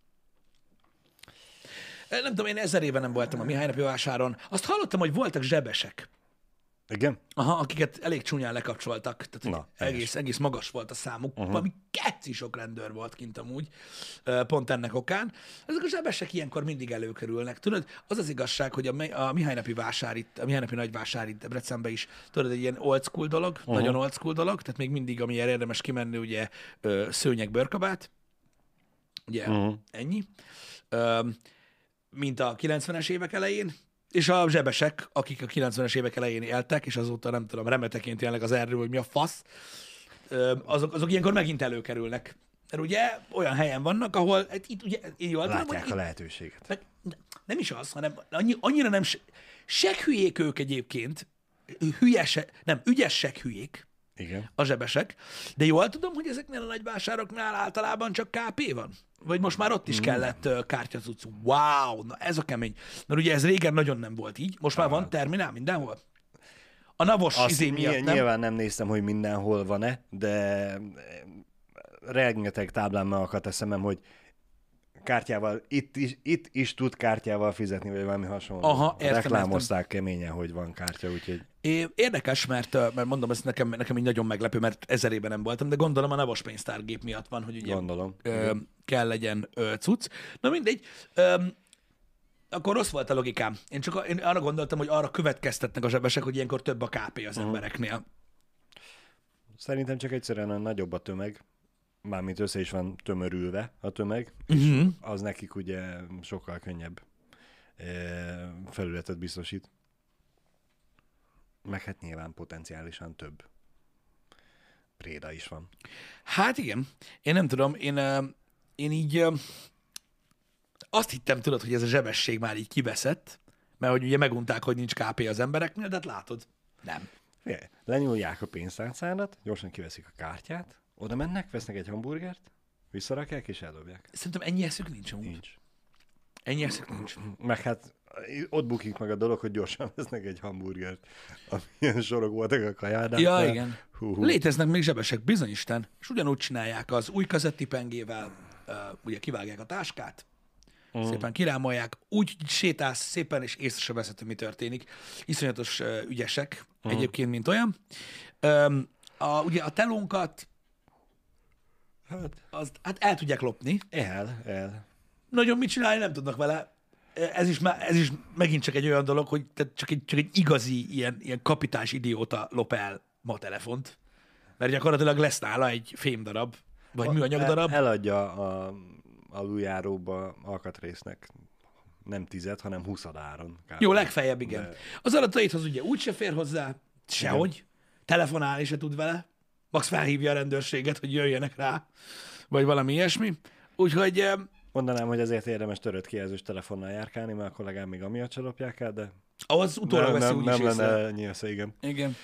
Speaker 1: Nem tudom, én ezer éve nem voltam a Mihály napi vásáron. Azt hallottam, hogy voltak zsebesek.
Speaker 2: Igen?
Speaker 1: Aha, akiket elég csúnyán lekapcsoltak. Tehát
Speaker 2: Na,
Speaker 1: egész, egész magas volt a számuk.
Speaker 2: Uh-huh.
Speaker 1: Valami keci sok rendőr volt kint amúgy, ö, pont ennek okán. Ezek a zsebesek ilyenkor mindig előkerülnek. Tudod, az az igazság, hogy a, Mi- a Mihály napi vásár itt, a Mihály napi nagyvásár itt Debrecenben is, tudod, egy ilyen old school dolog, uh-huh. nagyon old school dolog, tehát még mindig, amilyen érdemes kimenni, ugye ö, szőnyeg, bőrkabát, ugye uh-huh. ennyi. Ö, mint a kilencvenes évek elején, és a zsebesek, akik a kilencvenes évek elején éltek, és azóta nem tudom, remeteként jelenleg az erről, hogy mi a fasz, azok, azok ilyenkor megint előkerülnek. Mert ugye olyan helyen vannak, ahol hát itt ugye én jól tudom,
Speaker 2: Látják
Speaker 1: hogy
Speaker 2: a
Speaker 1: itt,
Speaker 2: lehetőséget.
Speaker 1: meg, nem is az, hanem annyi, annyira nem, se, seg hülyék ők egyébként, hülyese, nem, ügyesek hülyék,
Speaker 2: Igen.
Speaker 1: a zsebesek, de jól tudom, hogy ezeknél a nagyvásároknál általában csak ká pé van? Vagy most már ott is kellett uh, kártyacuc. Wow, na ez a kemény. Mert ugye ez régen nagyon nem volt így, most már van terminál mindenhol. A navos
Speaker 2: Azt
Speaker 1: izé miatt,
Speaker 2: ny-
Speaker 1: nem?
Speaker 2: Nyilván nem néztem, hogy mindenhol van-e, de rengeteg táblán meg akadt a szemem, hogy kártyával, itt is, itt is tud kártyával fizetni, vagy valami hasonló.
Speaker 1: Aha, értem,
Speaker 2: Reklámozták értem. keményen, hogy van kártya, úgyhogy...
Speaker 1: É, érdekes, mert, mert mondom, ez nekem, nekem így nagyon meglepő, mert ezer éve nem voltam, de gondolom a navos pénztárgép miatt van, hogy ugye
Speaker 2: Gondolom.
Speaker 1: Ö, kell legyen ö, cucc. Na mindegy, ö, akkor rossz volt a logikám. Én csak a, én arra gondoltam, hogy arra következtetnek a zsebesek, hogy ilyenkor több a ká pé az uh-huh. embereknél.
Speaker 2: Szerintem csak egyszerűen a nagyobb a tömeg, mármint össze is van tömörülve a tömeg,
Speaker 1: Uh-huh.
Speaker 2: és az nekik ugye sokkal könnyebb felületet biztosít. Meg hát nyilván potenciálisan több préda is van.
Speaker 1: Hát igen, én nem tudom, én, ö, én így ö, azt hittem, tudod, hogy ez a zsebesség már így kiveszett, mert hogy ugye megunták, hogy nincs ká pé az embereknél, de hát látod, nem.
Speaker 2: Figyelj, lenyúlják a pénztárcádat, gyorsan kiveszik a kártyát, oda mennek, vesznek egy hamburgert, visszarakják és eldobják.
Speaker 1: Szerintem ennyi eszük nincs amúgy.
Speaker 2: Nincs.
Speaker 1: Ennyi eszük nincs.
Speaker 2: Meg hát ott bukik meg a dolog, hogy gyorsan vesznek egy hamburgert, amilyen sorok voltak a kajádán.
Speaker 1: Ja, igen.
Speaker 2: Hú, hú.
Speaker 1: Léteznek még zsebesek, bizonyisten, és ugyanúgy csinálják az új kazettipengével, uh, ugye kivágják a táskát, mm. szépen kirámolják, úgy sétálsz szépen, és észre sem veszed, hogy mi történik. Iszonyatos uh, ügyesek mm. egyébként, mint olyan. Um, a, ugye a telónkat,
Speaker 2: Hát,
Speaker 1: azt, hát el tudják lopni.
Speaker 2: el, el.
Speaker 1: Nagyon mit csinálni nem tudnak vele. Ez is, már, ez is megint csak egy olyan dolog, hogy tehát csak, egy, csak egy igazi ilyen, ilyen kapitáns idióta lop el ma a telefont. Mert gyakorlatilag lesz nála egy fémdarab, vagy műanyag darab.
Speaker 2: El, eladja a aluljáróba alkatrésznek nem tized, hanem huszad áron. Kár.
Speaker 1: Jó, legfeljebb igen.
Speaker 2: De...
Speaker 1: Az adataidhoz ugye úgy se fér hozzá, sehogy. Igen. Telefonálni se tud vele. Max felhívja a rendőrséget, hogy jöjjenek rá, vagy valami ilyesmi. Úgyhogy...
Speaker 2: Mondanám, hogy ezért érdemes törött kijelzős telefonnal járkálni, mert a kollégám még amiatt se lopják el, de...
Speaker 1: Az utólag
Speaker 2: nem,
Speaker 1: veszi
Speaker 2: nem,
Speaker 1: úgyis
Speaker 2: nem
Speaker 1: észre.
Speaker 2: lenne nyilván, igen.
Speaker 1: Igen.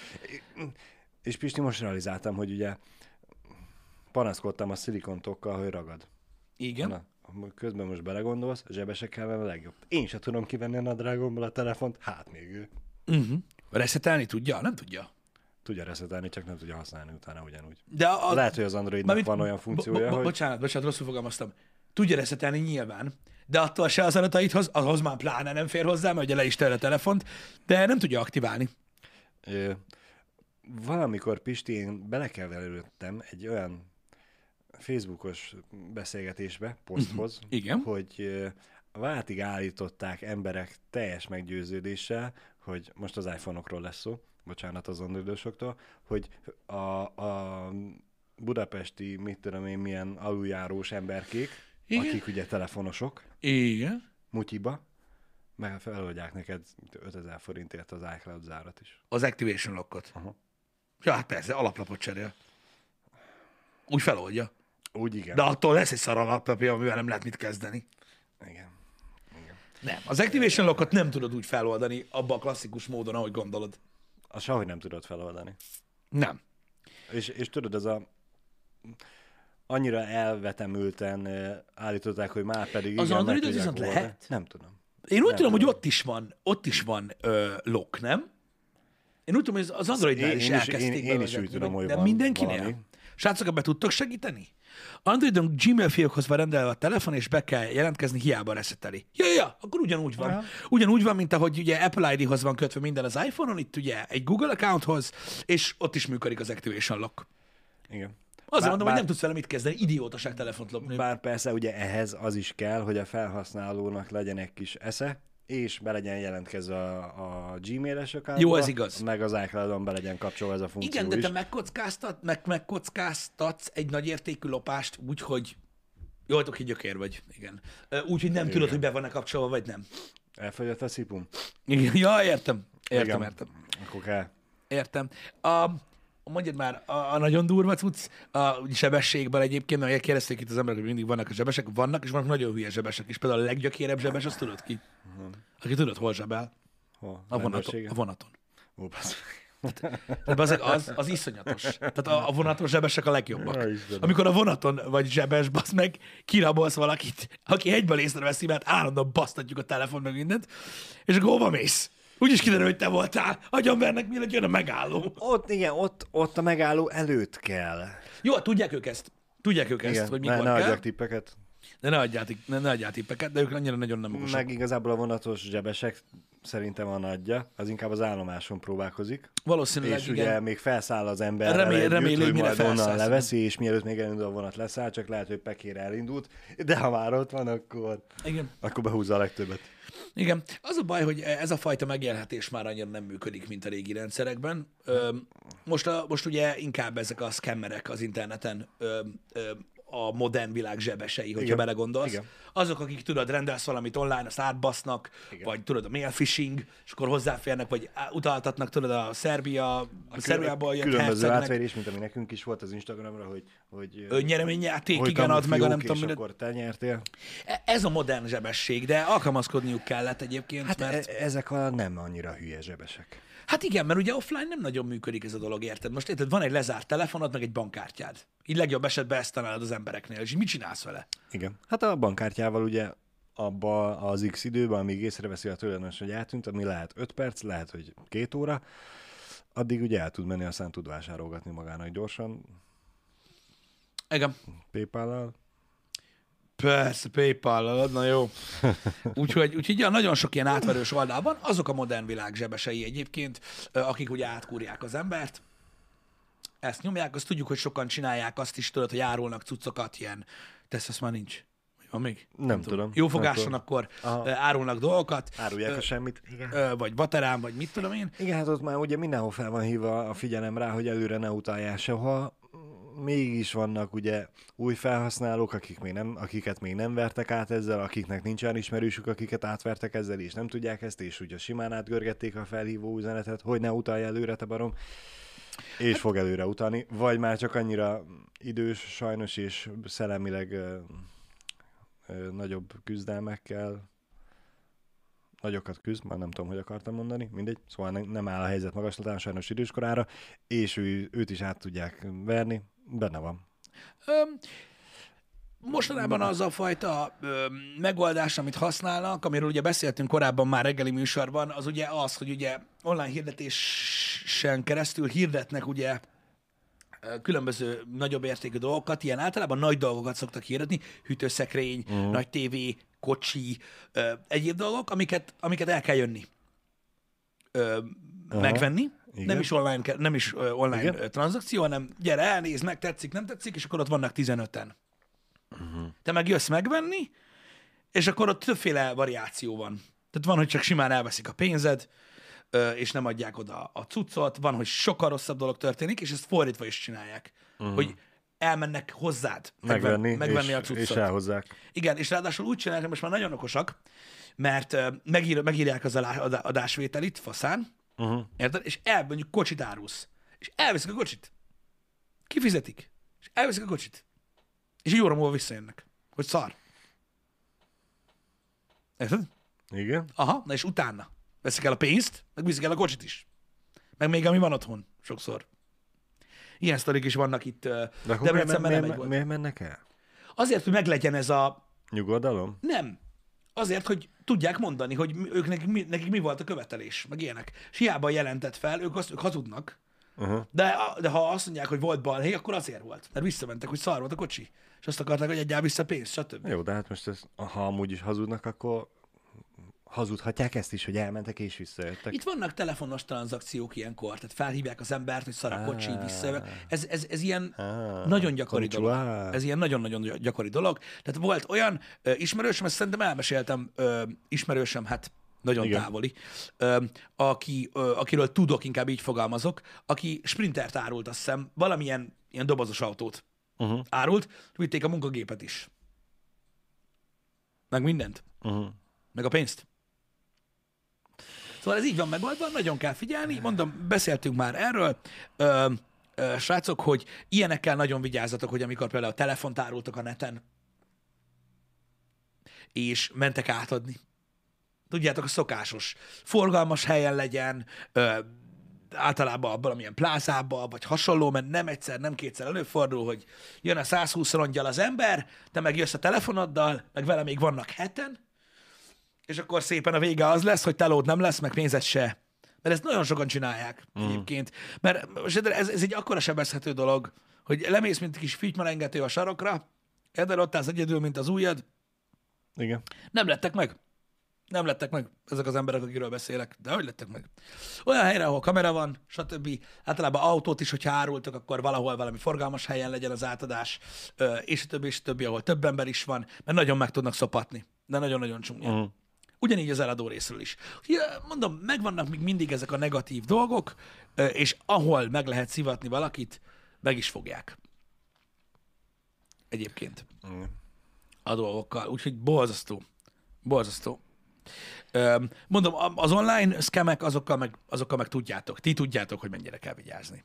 Speaker 2: És Pisti, most realizáltam, hogy ugye panaszkodtam a szilikontokkal, hogy ragad.
Speaker 1: Igen.
Speaker 2: Na, közben most belegondolsz, a zsebesekkel van a legjobb. Én se tudom kivenni a nadrágomból a telefont, hát még ő.
Speaker 1: Uh-huh. Reszetelni tudja? Nem tudja.
Speaker 2: Tudja reszetelni, csak nem tudja használni utána ugyanúgy.
Speaker 1: De a,
Speaker 2: Lehet, hogy az Androidnak van olyan funkciója,
Speaker 1: bo- bo-
Speaker 2: hogy...
Speaker 1: Bocsánat, bocsánat, rosszul fogalmaztam. Tudja reszetelni nyilván, de attól se az adataidhoz, ahhoz már pláne nem fér hozzá, mert ugye le is tel a telefont, de nem tudja aktiválni.
Speaker 2: Ö, valamikor, Pisti, én belekeverődtem egy olyan Facebookos beszélgetésbe, poszthoz,
Speaker 1: Igen.
Speaker 2: hogy ö, váltig állították emberek teljes meggyőződéssel, hogy most az iPhone-okról lesz szó, bocsánat az androidosoktól, hogy a, a budapesti, mit tudom én, milyen aluljárós emberkék,
Speaker 1: Igen.
Speaker 2: akik ugye telefonosok,
Speaker 1: Igen.
Speaker 2: mutyiba, meg feloldják neked ötezer forintért az iCloud zárat is.
Speaker 1: Az Activation lockot.
Speaker 2: Aha.
Speaker 1: Ja, hát persze, alaplapot cserél. Úgy feloldja.
Speaker 2: Úgy igen.
Speaker 1: De attól lesz egy szar alaplapja, amivel nem lehet mit kezdeni.
Speaker 2: Igen. igen.
Speaker 1: Nem. Az Activation lockot nem tudod úgy feloldani abba a klasszikus módon, ahogy gondolod.
Speaker 2: Azt sehogy nem tudod feloldani.
Speaker 1: Nem.
Speaker 2: És, és tudod, az a annyira elvetemülten uh, állították, hogy már pedig
Speaker 1: Az
Speaker 2: igen,
Speaker 1: Androidon
Speaker 2: meg tudják
Speaker 1: viszont
Speaker 2: oldani.
Speaker 1: lehet?
Speaker 2: Nem tudom.
Speaker 1: Én úgy
Speaker 2: Nem
Speaker 1: tudom, hogy
Speaker 2: tudom.
Speaker 1: ott is van, ott is van ö, lock, nem? Én úgy tudom, hogy az Androidnál
Speaker 2: Én-
Speaker 1: is
Speaker 2: én is-
Speaker 1: elkezdték
Speaker 2: én- én is
Speaker 1: bevezetni,
Speaker 2: úgy tudom,
Speaker 1: vagy-
Speaker 2: hogy
Speaker 1: de
Speaker 2: van
Speaker 1: mindenkinél?
Speaker 2: valami.
Speaker 1: Srácok, ebben tudtok segíteni? Androidon Gmail fiókhoz van rendelve a telefon, és be kell jelentkezni, hiába reszeteli. Ja, ja, ja, akkor ugyanúgy van.
Speaker 2: Aha.
Speaker 1: Ugyanúgy van, mint ahogy ugye Apple i dé-hoz van kötve minden az iPhone-on, itt ugye egy Google accounthoz, és ott is működik az Activation Lock.
Speaker 2: Igen.
Speaker 1: Azért
Speaker 2: Bár-
Speaker 1: mondom,
Speaker 2: bár-
Speaker 1: hogy nem tudsz vele mit kezdeni, idiótaság telefont lopni.
Speaker 2: Bár persze ugye ehhez az is kell, hogy a felhasználónak legyen egy kis esze, és be legyen jelentkezve a, a Gmail-es accountba,
Speaker 1: Jó, ez igaz.
Speaker 2: meg az iCloud-on be legyen kapcsolva ez a funkció
Speaker 1: Igen, de
Speaker 2: is.
Speaker 1: te megkockáztat, meg, megkockáztatsz egy nagy értékű lopást úgy, hogy jó, oké, gyökér vagy, igen. Ö, Úgy, hogy nem
Speaker 2: Igen.
Speaker 1: tudod, hogy be van-e kapcsolva, vagy nem.
Speaker 2: Elfogyott a szipum?
Speaker 1: Igen, ja, értem. Értem,
Speaker 2: Igen.
Speaker 1: értem.
Speaker 2: Akkor kell.
Speaker 1: Értem. A, mondjad már, a, a nagyon durva cucc, a sebességben egyébként, mert kérdezték itt az emberek, hogy mindig vannak a zsebesek, vannak, és vannak nagyon hülye zsebesek is. Például a leggyökérebb zsebes, azt tudod ki? Aki tudod, hol zsebel?
Speaker 2: Hol?
Speaker 1: A vonaton.
Speaker 2: Rendőrségen?
Speaker 1: A vonaton.
Speaker 2: Ó, basz.
Speaker 1: De az, az, az iszonyatos. Tehát a, a vonaton zsebesek a legjobbak.
Speaker 2: Ja, Istenem.
Speaker 1: Amikor a vonaton vagy zsebes, basz meg, kirabolsz valakit, aki egyből észreveszi, mert állandóan basztatjuk a telefon meg mindent, és akkor hova mész? Úgyis kiderül, hogy te voltál. Agyamvernek, mielőtt jön a megálló.
Speaker 2: Ott, igen, ott, ott a megálló előtt kell.
Speaker 1: Jó, tudják ők ezt. Tudják ők ezt,
Speaker 2: Igen,
Speaker 1: hogy
Speaker 2: ne,
Speaker 1: mikor
Speaker 2: ne
Speaker 1: kell.
Speaker 2: adjak tippeket.
Speaker 1: De ne adjál, tik- ne, ne adjál tippeket, de ők annyira nagyon nem okosak.
Speaker 2: Meg igazából a vonatos zsebesek szerintem a nagyja, az inkább az állomáson próbálkozik.
Speaker 1: Valószínűleg
Speaker 2: És
Speaker 1: igen.
Speaker 2: ugye még felszáll az ember,
Speaker 1: Remé- reméli, hogy
Speaker 2: hogy
Speaker 1: mire
Speaker 2: majd onnan
Speaker 1: felszállsz.
Speaker 2: leveszi, és mielőtt még elindul a vonat leszáll, csak lehet, hogy pekére elindult, de ha már ott van, akkor,
Speaker 1: Igen.
Speaker 2: akkor behúzza a legtöbbet.
Speaker 1: Igen. Az a baj, hogy ez a fajta megélhetés már annyira nem működik, mint a régi rendszerekben. Ö, most, a, most ugye inkább ezek a scammerek az interneten ö, ö, a modern világ zsebesei, hogyha
Speaker 2: Igen.
Speaker 1: belegondolsz.
Speaker 2: Igen.
Speaker 1: Azok, akik tudod, rendelsz valamit online, azt átbasznak,
Speaker 2: Igen.
Speaker 1: vagy tudod, a mail phishing, és akkor hozzáférnek, vagy á- utaltatnak, tudod, a Szerbia, a Szerbiából jött
Speaker 2: Különböző
Speaker 1: hercegnek.
Speaker 2: átverés, mint ami nekünk is volt az Instagramra, hogy, hogy,
Speaker 1: Ö, nyereményjáték,
Speaker 2: hogy
Speaker 1: igen, ad meg a nem
Speaker 2: fiók,
Speaker 1: tudom,
Speaker 2: és
Speaker 1: mindent.
Speaker 2: akkor te nyertél.
Speaker 1: E- Ez a modern zsebesség, de alkalmazkodniuk kellett egyébként,
Speaker 2: Hát
Speaker 1: mert...
Speaker 2: e- ezek a nem annyira hülye zsebesek.
Speaker 1: Hát igen, mert ugye offline nem nagyon működik ez a dolog, érted? Most érted, van egy lezárt telefonod, meg egy bankkártyád. Így legjobb esetben ezt találod az embereknél, és így mit csinálsz vele?
Speaker 2: Igen. Hát a bankkártyával ugye abba az X időben, amíg észreveszi a tulajdonos, hogy eltűnt, ami lehet öt perc, lehet, hogy két óra, addig ugye el tud menni, aztán tud vásárolgatni magának gyorsan,
Speaker 1: Igen.
Speaker 2: PayPal-lal.
Speaker 1: Persze, PayPal-lal, na jó. Úgyhogy, úgyhogy ja, nagyon sok ilyen átverős oldal van, azok a modern világ zsebesei egyébként, ö, akik ugye átkúrják az embert, ezt nyomják, azt tudjuk, hogy sokan csinálják azt is, tudod, hogy árulnak cuccokat, ilyen, tesz, azt már nincs. Van még?
Speaker 2: Nem tudom.
Speaker 1: Jó
Speaker 2: Nem
Speaker 1: fogáson
Speaker 2: tudom.
Speaker 1: akkor
Speaker 2: Aha.
Speaker 1: ö, árulnak dolgokat,
Speaker 2: Árulják a semmit. Igen.
Speaker 1: ö, vagy vaterán, vagy mit tudom én.
Speaker 2: Igen, hát ott már ugye mindenhol fel van hívva a figyelem rá, hogy előre ne utaljál sehol. Mégis vannak ugye új felhasználók, akik még nem, akiket még nem vertek át ezzel, akiknek nincs olyan ismerősük, akiket átvertek ezzel, és nem tudják ezt, és ugye simán átgörgették a felhívó üzenetet, hogy ne utalj előre, te barom. És hát, fog előre utalni, vagy már csak annyira idős sajnos, és szellemileg ö, ö, nagyobb küzdelmekkel, nagyokat küzd, már nem tudom, hogy akartam mondani, mindegy, szóval ne, nem áll a helyzet magaslatán sajnos időskorára, és ő, őt is át tudják verni, benne van.
Speaker 1: Öm, mostanában az a fajta ö, megoldás, amit használnak, amiről ugye beszéltünk korábban már reggeli műsorban, az ugye az, hogy ugye online hirdetésen keresztül hirdetnek ugye ö, különböző nagyobb értékű dolgokat, ilyen általában nagy dolgokat szoktak hirdetni, hűtőszekrény, uh-huh. nagy tévé, kocsi, ö, egyéb dolgok, amiket, amiket el kell jönni ö, megvenni. Igen. Nem is online, nem is ö, online ö, tranzakció, hanem gyere, elnézd meg, tetszik, nem tetszik, és akkor ott vannak tizenöten. Uh-huh. Te meg jössz megvenni, és akkor ott többféle variáció van. Tehát van, hogy csak simán elveszik a pénzed, és nem adják oda a cuccot, van, hogy sokkal rosszabb dolog történik, és ezt fordítva is csinálják. Uh-huh. Hogy elmennek hozzád
Speaker 2: megvenni,
Speaker 1: megvenni
Speaker 2: és,
Speaker 1: a cuccot.
Speaker 2: És elhozzák.
Speaker 1: Igen, és ráadásul úgy csinálják, hogy most már nagyon okosak, mert megír, megírják az adásvételit faszán, uh-huh. érted? És el, mondjuk kocsit árulsz. És elveszik a kocsit. Kifizetik. És elveszik a kocsit. És egy óra múlva visszajönnek, hogy szar. Érted?
Speaker 2: Igen.
Speaker 1: Aha, na és utána veszik el a pénzt, meg viszik el a kocsit is. Meg még ami van otthon, sokszor. Ilyen sztorik is vannak itt uh, Debrecenben, nem egy volt.
Speaker 2: Miért mennek el?
Speaker 1: Azért, hogy meglegyen ez a...
Speaker 2: Nyugodalom?
Speaker 1: Nem. Azért, hogy tudják mondani, hogy ők nekik mi, nekik mi volt a követelés, meg ilyenek. És hiába jelentett fel, ők, azt, ők hazudnak. Uh-huh. De, de ha azt mondják, hogy volt balhé, akkor azért volt. Mert visszamentek, hogy szar volt a kocsi. És azt akarták, hogy adjál vissza pénzt, stb.
Speaker 2: Jó, de hát most ez, ha amúgy is hazudnak, akkor hazudhatják ezt is, hogy elmentek és visszajöttek.
Speaker 1: Itt vannak telefonos tranzakciók ilyenkor, tehát felhívják az embert, hogy szar a kocsi, visszajövök. Ez, ez, ez ilyen ah, nagyon gyakori dolog. Ez ilyen nagyon-nagyon gyakori dolog. Tehát volt olyan ö, ismerősöm, ezt szerintem elmeséltem, ö, ismerősöm, hát nagyon igen. távoli, ö, aki, ö, akiről tudok, inkább így fogalmazok, aki Sprintert árult, azt hiszem, valamilyen ilyen dobozos autót uh-huh. árult, vitték a munkagépet is. Meg mindent. Uh-huh. Meg a pénzt. Szóval ez így van megoldva, nagyon kell figyelni. Mondom, beszéltünk már erről, ö, ö, srácok, hogy ilyenekkel nagyon vigyázzatok, hogy amikor például a telefont árultok a neten, és mentek átadni. Tudjátok, a szokásos. Forgalmas helyen legyen, ö, általában valamilyen plázába, vagy hasonló, mert nem egyszer, nem kétszer előfordul, hogy jön a száz húsz rongyal az ember, te meg jössz a telefonoddal, meg vele még vannak heten, és akkor szépen a vége az lesz, hogy telód nem lesz, meg pénzed se. Mert ezt nagyon sokan csinálják mm. egyébként. Mert ez, ez egy akkora sebezhető dolog, hogy lemész, mint kis fütymarengető a sarokra, érted, ott állsz egyedül, mint az ujjad.
Speaker 2: Igen.
Speaker 1: Nem lettek meg. Nem lettek meg ezek az emberek, akiről beszélek. De hogy lettek meg? Olyan helyre, ahol kamera van, stb. Általában autót is, hogyha árultok, akkor valahol valami forgalmas helyen legyen az átadás, és a többi, és a többi, ahol több ember is van, mert nagyon meg tudnak szopatni. De nagyon-nagyon csúnya. Uh-huh. Ugyanígy az eladó részről is. Mondom, megvannak még mindig ezek a negatív dolgok, és ahol meg lehet szivatni valakit, meg is fogják. Egyébként. Uh-huh. A dolgokkal. Úgyhogy borzasztó. Borzasztó. Mondom, az online scamek, azokkal meg, azokkal meg tudjátok. Ti tudjátok, hogy mennyire kell vigyázni.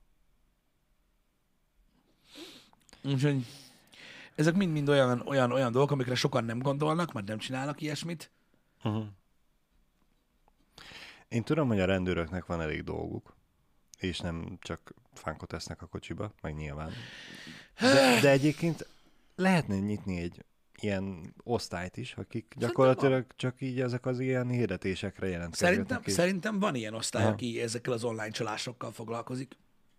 Speaker 1: Úgyhogy ezek mind-mind olyan, olyan, olyan dolgok, amikre sokan nem gondolnak, mert nem csinálnak ilyesmit. Uh-huh.
Speaker 2: Én tudom, hogy a rendőröknek van elég dolguk, és nem csak fánkot esznek a kocsiba, meg nyilván. De, de egyébként lehetne nyitni egy ilyen osztályt is, akik gyakorlatilag csak így ezek az ilyen hirdetésekre jelentkeznek.
Speaker 1: Szerintem, szerintem van ilyen osztály, aha. aki ezekkel az online csalásokkal foglalkozik.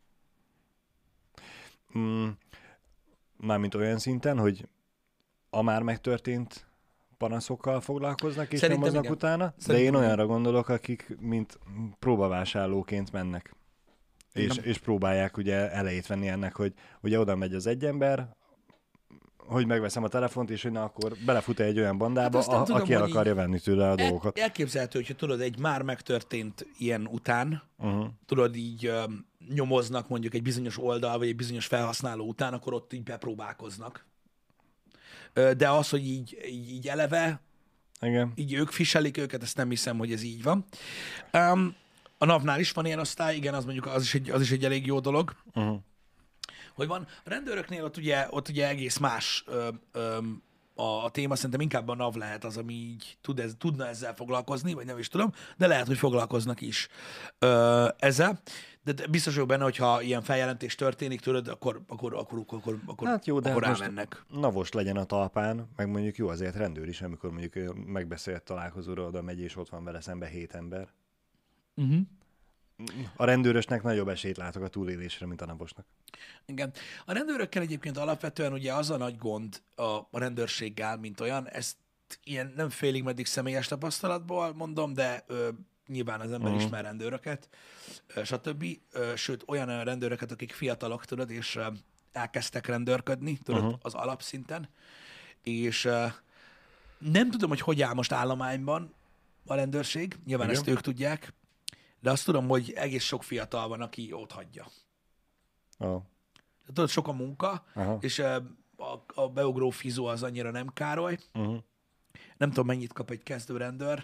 Speaker 2: Mm, mármint olyan szinten, hogy a már megtörtént panaszokkal foglalkoznak és
Speaker 1: szerintem
Speaker 2: nyomoznak
Speaker 1: igen.
Speaker 2: utána, szerintem de én igen. olyanra gondolok, akik mint próbavásárlóként mennek. És, és próbálják ugye elejét venni ennek, hogy ugye oda megy az egy ember, hogy megveszem a telefont, és hogy na akkor belefut egy olyan bandába, hát a, tudom, aki el akarja venni tőle a dolgokat.
Speaker 1: Elképzelhető, hogyha tudod, egy már megtörtént ilyen után, uh-huh. tudod, így um, nyomoznak mondjuk egy bizonyos oldal, vagy egy bizonyos felhasználó után, akkor ott így bepróbálkoznak. De az, hogy így, így, így eleve,
Speaker 2: igen.
Speaker 1: így ők fiselik őket, ezt nem hiszem, hogy ez így van. Um, a NAV-nál is van ilyen osztály, igen, az mondjuk az is egy, az is egy elég jó dolog. Uh-huh. Hogy van, a rendőröknél ott ugye, ott ugye egész más ö, ö, a, a téma, szerintem inkább a NAV lehet az, ami így tud ez, tudna ezzel foglalkozni, vagy nem is tudom, de lehet, hogy foglalkoznak is ö, ezzel. De biztos vagyok benne, hogyha ilyen feljelentés történik tőled, akkor, akkor, akkor, akkor, akkor,
Speaker 2: Hát jó, de
Speaker 1: akkor
Speaker 2: hát
Speaker 1: rámennek.
Speaker 2: most navos legyen a talpán, meg mondjuk jó azért rendőr is, amikor mondjuk megbeszélt találkozóra oda megy, és ott van vele szembe hét ember.
Speaker 1: Uh-huh.
Speaker 2: A rendőrösnek nagyobb esélyt látok a túlélésre, mint a navosnak.
Speaker 1: Igen. A rendőrökkel egyébként alapvetően ugye az a nagy gond a, a rendőrséggel, mint olyan, ezt ilyen nem félig meddig személyes tapasztalatból mondom, de ö, nyilván az ember
Speaker 2: Mhm.
Speaker 1: ismer rendőröket, ö, stb. Ö, sőt, olyan rendőröket, akik fiatalok, tudod, és ö, elkezdtek rendőrködni, tudod,
Speaker 2: Mhm.
Speaker 1: az alapszinten, és ö, nem tudom, hogy hogy áll most állományban a rendőrség, nyilván
Speaker 2: Igen.
Speaker 1: ezt ők tudják, de azt tudom, hogy egész sok fiatal van, aki ott hagyja.
Speaker 2: Oh.
Speaker 1: Tudod, sok a munka,
Speaker 2: Aha.
Speaker 1: és ö, a, a beugró fizó az annyira nem károly.
Speaker 2: Uh-huh.
Speaker 1: Nem tudom, mennyit kap egy kezdő rendőr,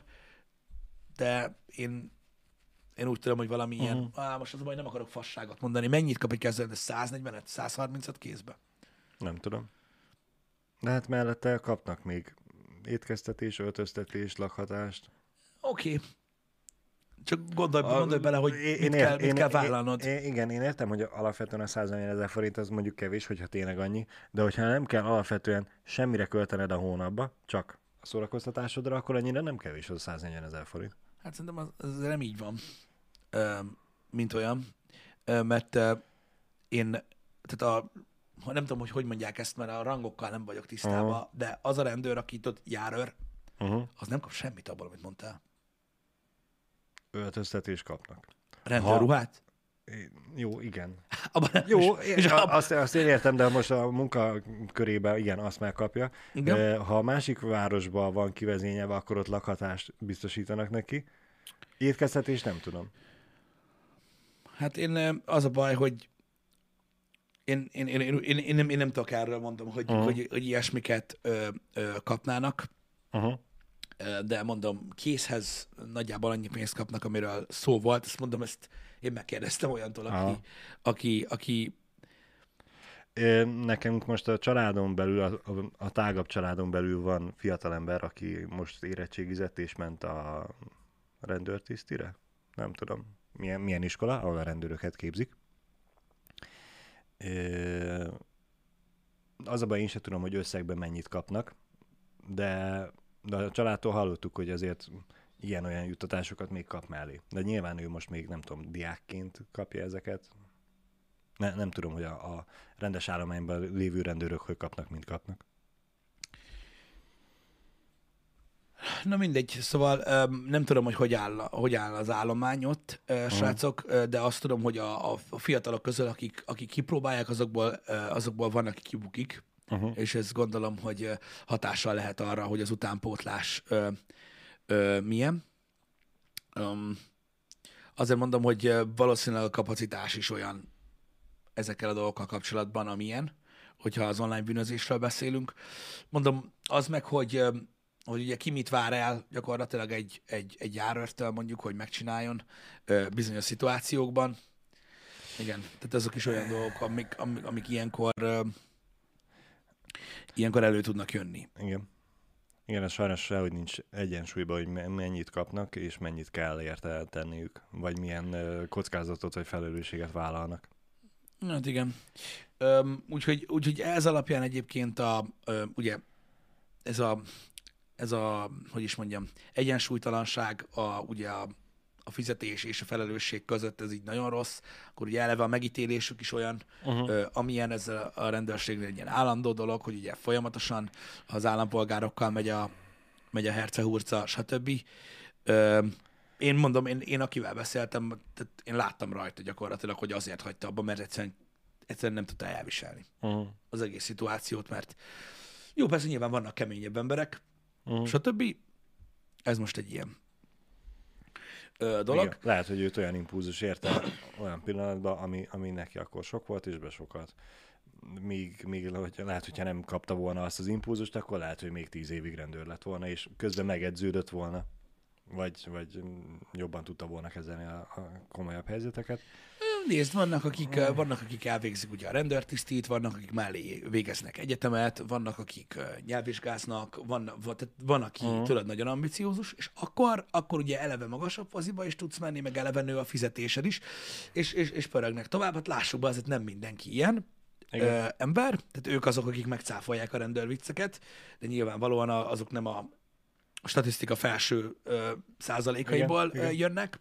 Speaker 1: de én, én úgy tudom, hogy valami uh-huh. ilyen, á, most az a baj, nem akarok fasságot mondani. Mennyit kap egy kezdő rendőr? száznegyvenet, százharmincat kézbe?
Speaker 2: Nem tudom. De hát mellette kapnak még étkeztetés, öltöztetés, lakhatást.
Speaker 1: Oké. Okay. Csak gondolj,
Speaker 2: A-
Speaker 1: gondolj bele, hogy
Speaker 2: én-
Speaker 1: mit,
Speaker 2: én
Speaker 1: kell,
Speaker 2: ér-
Speaker 1: mit
Speaker 2: én-
Speaker 1: kell
Speaker 2: én-
Speaker 1: vállalnod.
Speaker 2: Én, igen, én értem, hogy alapvetően a száznegyven ezer forint az mondjuk kevés, hogyha tényleg annyi, de hogyha nem kell alapvetően semmire költened a hónapba, csak a szórakoztatásodra, akkor annyira nem kevés az a száznegyven ezer forint.
Speaker 1: Hát szerintem az, az nem így van, Ö, mint olyan, Ö, mert ö, én, tehát a, ha nem tudom, hogy hogy mondják ezt, mert a rangokkal nem vagyok tisztában,
Speaker 2: Aha.
Speaker 1: de az a rendőr, aki ott járőr,
Speaker 2: Uh-huh.
Speaker 1: az nem kap semmit abból, amit mondtál.
Speaker 2: Öltöztetés kapnak.
Speaker 1: Rendőrruhát?
Speaker 2: É- Jó, igen.
Speaker 1: Abban nem,
Speaker 2: Jó,
Speaker 1: és,
Speaker 2: és
Speaker 1: és
Speaker 2: a,
Speaker 1: ab,
Speaker 2: azt, azt én értem, de most a munka körében igen, azt megkapja.
Speaker 1: igen.
Speaker 2: De ha a másik városban van kivezényelve, akkor ott lakhatást biztosítanak neki. Étkeztetés nem tudom.
Speaker 1: Hát én ö, az a baj, hogy én, én, én, én, én, én, nem, én nem tudok erről mondom, hogy,
Speaker 2: Mhm.
Speaker 1: hogy, hogy ilyesmiket ö, ö, kapnának,
Speaker 2: Uh-huh.
Speaker 1: Ö, de mondom, készhez nagyjából annyi pénzt kapnak, amiről szó volt. Ezt mondom, ezt én megkérdeztem olyantól, aki,
Speaker 2: Aha.
Speaker 1: aki, aki
Speaker 2: Ö, Nekünk most a családon belül, a, a, a tágabb családon belül van fiatalember, aki most érettségizett és ment a rendőrtisztire. Nem tudom, milyen, milyen iskola, ahol a rendőröket képzik. Ö, Az a baj, én sem tudom, hogy összegben mennyit kapnak, de, de a családtól hallottuk, hogy azért ilyen-olyan juttatásokat még kap mellé. De nyilván ő most még, nem tudom, diákként kapja ezeket. Ne, nem tudom, hogy a, a rendes állományban lévő rendőrök hogy kapnak, mint kapnak.
Speaker 1: Na mindegy, szóval öm, nem tudom, hogy hogy áll, hogy áll az állomány ott, ö, srácok, ö, de azt tudom, hogy a, a a fiatalok közül, akik, akik kipróbálják, azokból, ö, azokból van, aki kibukik,
Speaker 2: Uh-huh.
Speaker 1: és ez gondolom, hogy ö, hatással lehet arra, hogy az utánpótlás ö, ö, milyen. Öm, azért mondom, hogy ö, valószínűleg a kapacitás is olyan ezekkel a dolgokkal kapcsolatban, amilyen, hogyha az online bűnözésről beszélünk. Mondom, az meg, hogy, ö, hogy ugye ki mit vár el gyakorlatilag egy, egy, egy járőrtől mondjuk, hogy megcsináljon ö, bizonyos szituációkban. Igen, tehát azok is olyan dolgok, amik, amik, amik ilyenkor, ö, ilyenkor elő tudnak jönni.
Speaker 2: Igen. Igen, ez sajnos sehogy nincs egyensúlyban, hogy me- mennyit kapnak, és mennyit kell érte tenniük, vagy milyen ö, kockázatot vagy felelősséget vállalnak.
Speaker 1: Hát igen. Öm, úgyhogy, úgyhogy ez alapján egyébként a, ö, ugye ez a, ez a, hogy is mondjam, egyensúlytalanság a, ugye a, a fizetés és a felelősség között, ez így nagyon rossz, akkor ugye eleve a megítélésük is olyan,
Speaker 2: Uh-huh.
Speaker 1: ö, amilyen ez a, a rendőrségnél egy ilyen állandó dolog, hogy ugye folyamatosan az állampolgárokkal megy a, megy a hercehurca, stb. Ö, én mondom, én, én akivel beszéltem, tehát én láttam rajta gyakorlatilag, hogy azért hagyta abba, mert egyszerűen, egyszerűen nem tudta elviselni
Speaker 2: Uh-huh.
Speaker 1: az egész szituációt, mert jó, persze nyilván vannak keményebb emberek,
Speaker 2: Uh-huh.
Speaker 1: stb. Ez most egy ilyen ö, dolog.
Speaker 2: Igen. Lehet, hogy őt olyan impulzus érte olyan pillanatban, ami, ami neki akkor sok volt, és besokat. Míg, míg hogy lehet, hogyha nem kapta volna azt az impulzust, akkor lehet, hogy még tíz évig rendőr lett volna, és közben megedződött volna. Vagy, vagy jobban tudta volna kezelni a, a komolyabb helyzeteket.
Speaker 1: nézd, vannak akik, uh, vannak, akik elvégzik ugye a rendőrtisztit, vannak, akik mellé végeznek egyetemet, vannak, akik uh, nyelvvizsgáznak, van, van, tehát van, aki uh-huh. tudod, nagyon ambiciózus, és akkor, akkor ugye eleve magasabb faziba is tudsz menni, meg eleve nő a fizetésed is, és, és, és pörögnek tovább. Hát lássuk be, azért nem mindenki ilyen ö, ember, tehát ők azok, akik megcáfolják a rendőrvicceket, de nyilvánvalóan a, azok nem a statisztika felső ö, százalékaiból igen, ö, igen. jönnek.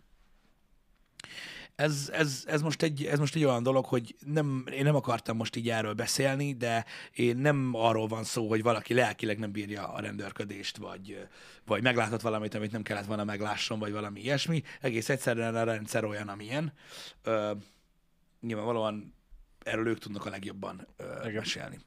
Speaker 1: Ez, ez, ez, most egy, ez most egy olyan dolog, hogy nem, én nem akartam most így erről beszélni, de én nem arról van szó, hogy valaki lelkileg nem bírja a rendőrködést, vagy, vagy meglátott valamit, amit nem kellett volna meglásson, vagy valami ilyesmi. Egész egyszerűen a rendszer olyan, amilyen. Ö, nyilvánvalóan erről ők tudnak a legjobban ö, mesélni.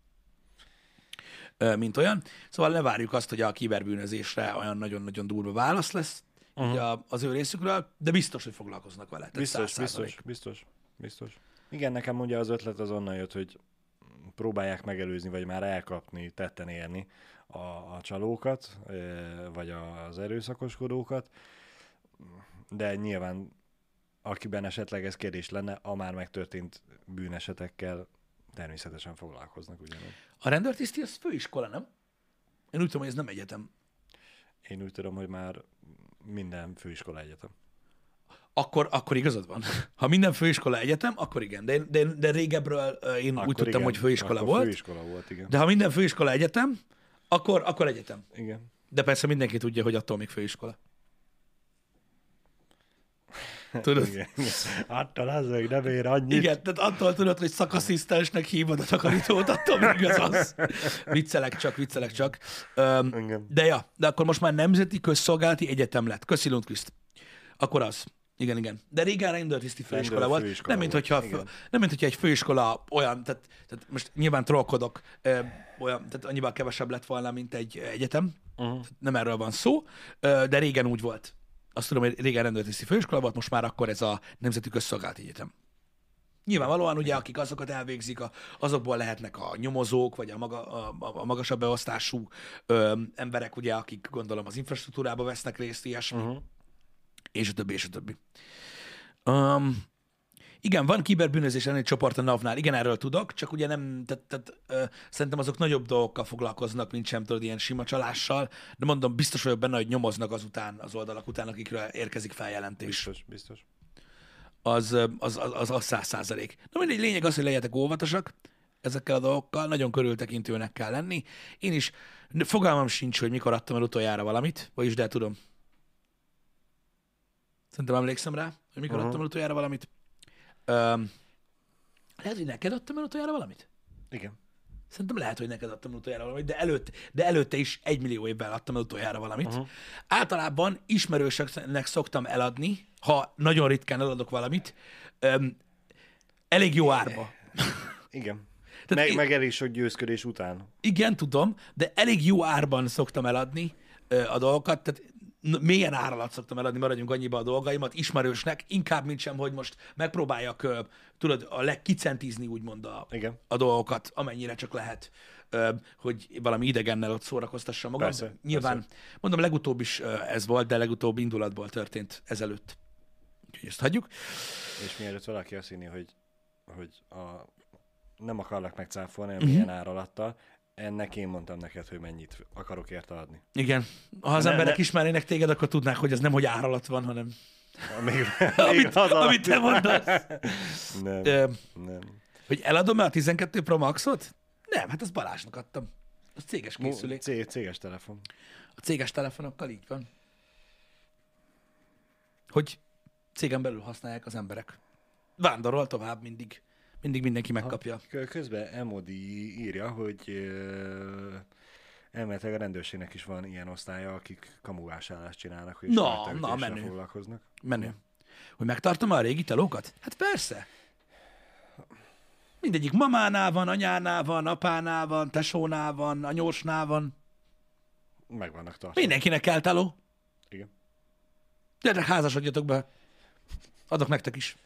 Speaker 1: Ö, mint olyan. Szóval ne várjuk azt, hogy a kiberbűnözésre olyan nagyon-nagyon durva válasz lesz, uh-huh. az ő részükről, de biztos, hogy foglalkoznak vele.
Speaker 2: Biztos, biztos, biztos, biztos. Igen, nekem ugye az ötlet az onnan jött, hogy próbálják megelőzni, vagy már elkapni, tetten érni a, a csalókat, vagy az erőszakoskodókat, de nyilván akiben esetleg ez kérdés lenne, a már megtörtént bűnesetekkel természetesen foglalkoznak ugyanúgy.
Speaker 1: A rendőrtiszti az főiskola, nem? Én úgy tudom, hogy ez nem egyetem.
Speaker 2: Én úgy tudom, hogy már minden főiskola egyetem.
Speaker 1: Akkor, akkor igazad van. Ha minden főiskola egyetem, akkor igen. De, de, de régebről én akkor úgy tudtam, igen, hogy főiskola
Speaker 2: akkor
Speaker 1: volt.
Speaker 2: Főiskola volt, igen.
Speaker 1: De ha minden főiskola egyetem, akkor, akkor egyetem.
Speaker 2: Igen.
Speaker 1: De persze mindenki tudja, hogy attól még főiskola. Tudod?
Speaker 2: Igen. Attól az még nem ér annyit.
Speaker 1: Igen, tehát attól tudod, hogy szakaszisztensnek hívod a takarítót, attól még igaz az. Viccelek csak, viccelek csak. Um, de ja, de akkor most már Nemzeti Közszolgálati Egyetem lett. Köszi Lundqvist. Akkor az. Igen, igen. De régen rendőrtiszti főiskola volt. Főiskola nem, mint hogyha, fő, nem, mint hogyha egy főiskola olyan, tehát, tehát most nyilván trollkodok, ö, olyan, tehát annyival kevesebb lett volna, mint egy egyetem. Uh-huh. Nem erről van szó, ö, de régen úgy volt. Azt tudom, hogy régen rendőrtiszti főiskola volt, most már akkor ez a Nemzeti Közszolgálati Egyetem. Nyilvánvalóan ugye, akik azokat elvégzik, a, azokból lehetnek a nyomozók, vagy a, maga, a, a magasabb beosztású ö, emberek, ugye, akik gondolom az infrastruktúrába vesznek részt, ilyesmi. Uh-huh. És a többi, és a többi. Um, igen, van kiberbűnözés elleni csoport a NAV-nál. Igen, erről tudok, csak ugye nem, tehát, tehát ö, szerintem azok nagyobb dolgokkal foglalkoznak, mint sem tudod, ilyen sima csalással, de mondom, biztos vagyok benne, hogy nyomoznak azután, az oldalak után, akikről érkezik feljelentés.
Speaker 2: Biztos, biztos.
Speaker 1: Az az, az, az, az száz százalék. Na mindegy, lényeg az, hogy legyetek óvatosak ezekkel a dolgokkal, nagyon körültekintőnek kell lenni. Én is, fogalmam sincs, hogy mikor adtam el utoljára valamit, vagyis de tudom. Szerintem emlékszem rá, hogy mikor uh-huh. adtam el utoljára valamit. Um, lehet, hogy neked adtam el utoljára valamit?
Speaker 2: Igen.
Speaker 1: Szerintem lehet, hogy neked adtam el utoljára valamit, de, előtt, de előtte is egy millió évvel adtam el utoljára valamit. Uh-huh. Általában ismerősöknek szoktam eladni, ha nagyon ritkán eladok valamit, um, elég jó árba.
Speaker 2: Igen. Meg, én, meg elég sok győzködés után.
Speaker 1: Igen, tudom, de elég jó árban szoktam eladni uh, a dolgokat, tehát mélyen ár alatt szoktam eladni, maradjunk annyiba a dolgaimat, ismerősnek, inkább, mint sem, hogy most megpróbáljak, uh, tudod, a legkicentizni úgymond a, a dolgokat, amennyire csak lehet, uh, hogy valami idegennel ott szórakoztassam magam.
Speaker 2: Persze,
Speaker 1: Nyilván,
Speaker 2: persze.
Speaker 1: mondom, legutóbb is uh, ez volt, de legutóbb indulatból történt ezelőtt. Úgyhogy ezt hagyjuk.
Speaker 2: És mielőtt valaki azt hinni, hogy, hogy a, nem akarlak megcáfolni, uh-huh. milyen ár alattal, ennek én mondtam neked, hogy mennyit akarok érte adni.
Speaker 1: Igen. Ha az ne, emberek ne... ismernének téged, akkor tudnák, hogy ez nem, hogy ár alatt van, hanem
Speaker 2: még, még
Speaker 1: amit, amit te mondasz.
Speaker 2: Nem,
Speaker 1: Ö,
Speaker 2: nem.
Speaker 1: Hogy eladom el a tizenkettő Pro Maxot? Nem, hát azt Balázsnak adtam. Az céges készülék.
Speaker 2: C- céges telefon.
Speaker 1: A céges telefonokkal így van. Hogy cégen belül használják az emberek. Vándorol tovább mindig. Mindig mindenki megkapja.
Speaker 2: Ha, közben Emodi írja, hogy uh, elméletileg a rendőrségnek is van ilyen osztálya, akik kamuvásállást csinálnak, és
Speaker 1: na, na, menő.
Speaker 2: foglalkoznak.
Speaker 1: Menő. Hogy megtartom a régi telókat? Hát persze. Mindegyik mamánál van, anyánál van, apánál van, tesónál van, anyósnál van.
Speaker 2: Meg vannak tartva.
Speaker 1: Mindenkinek kell teló.
Speaker 2: Igen.
Speaker 1: Gyertek, házasodjatok be. Adok nektek is.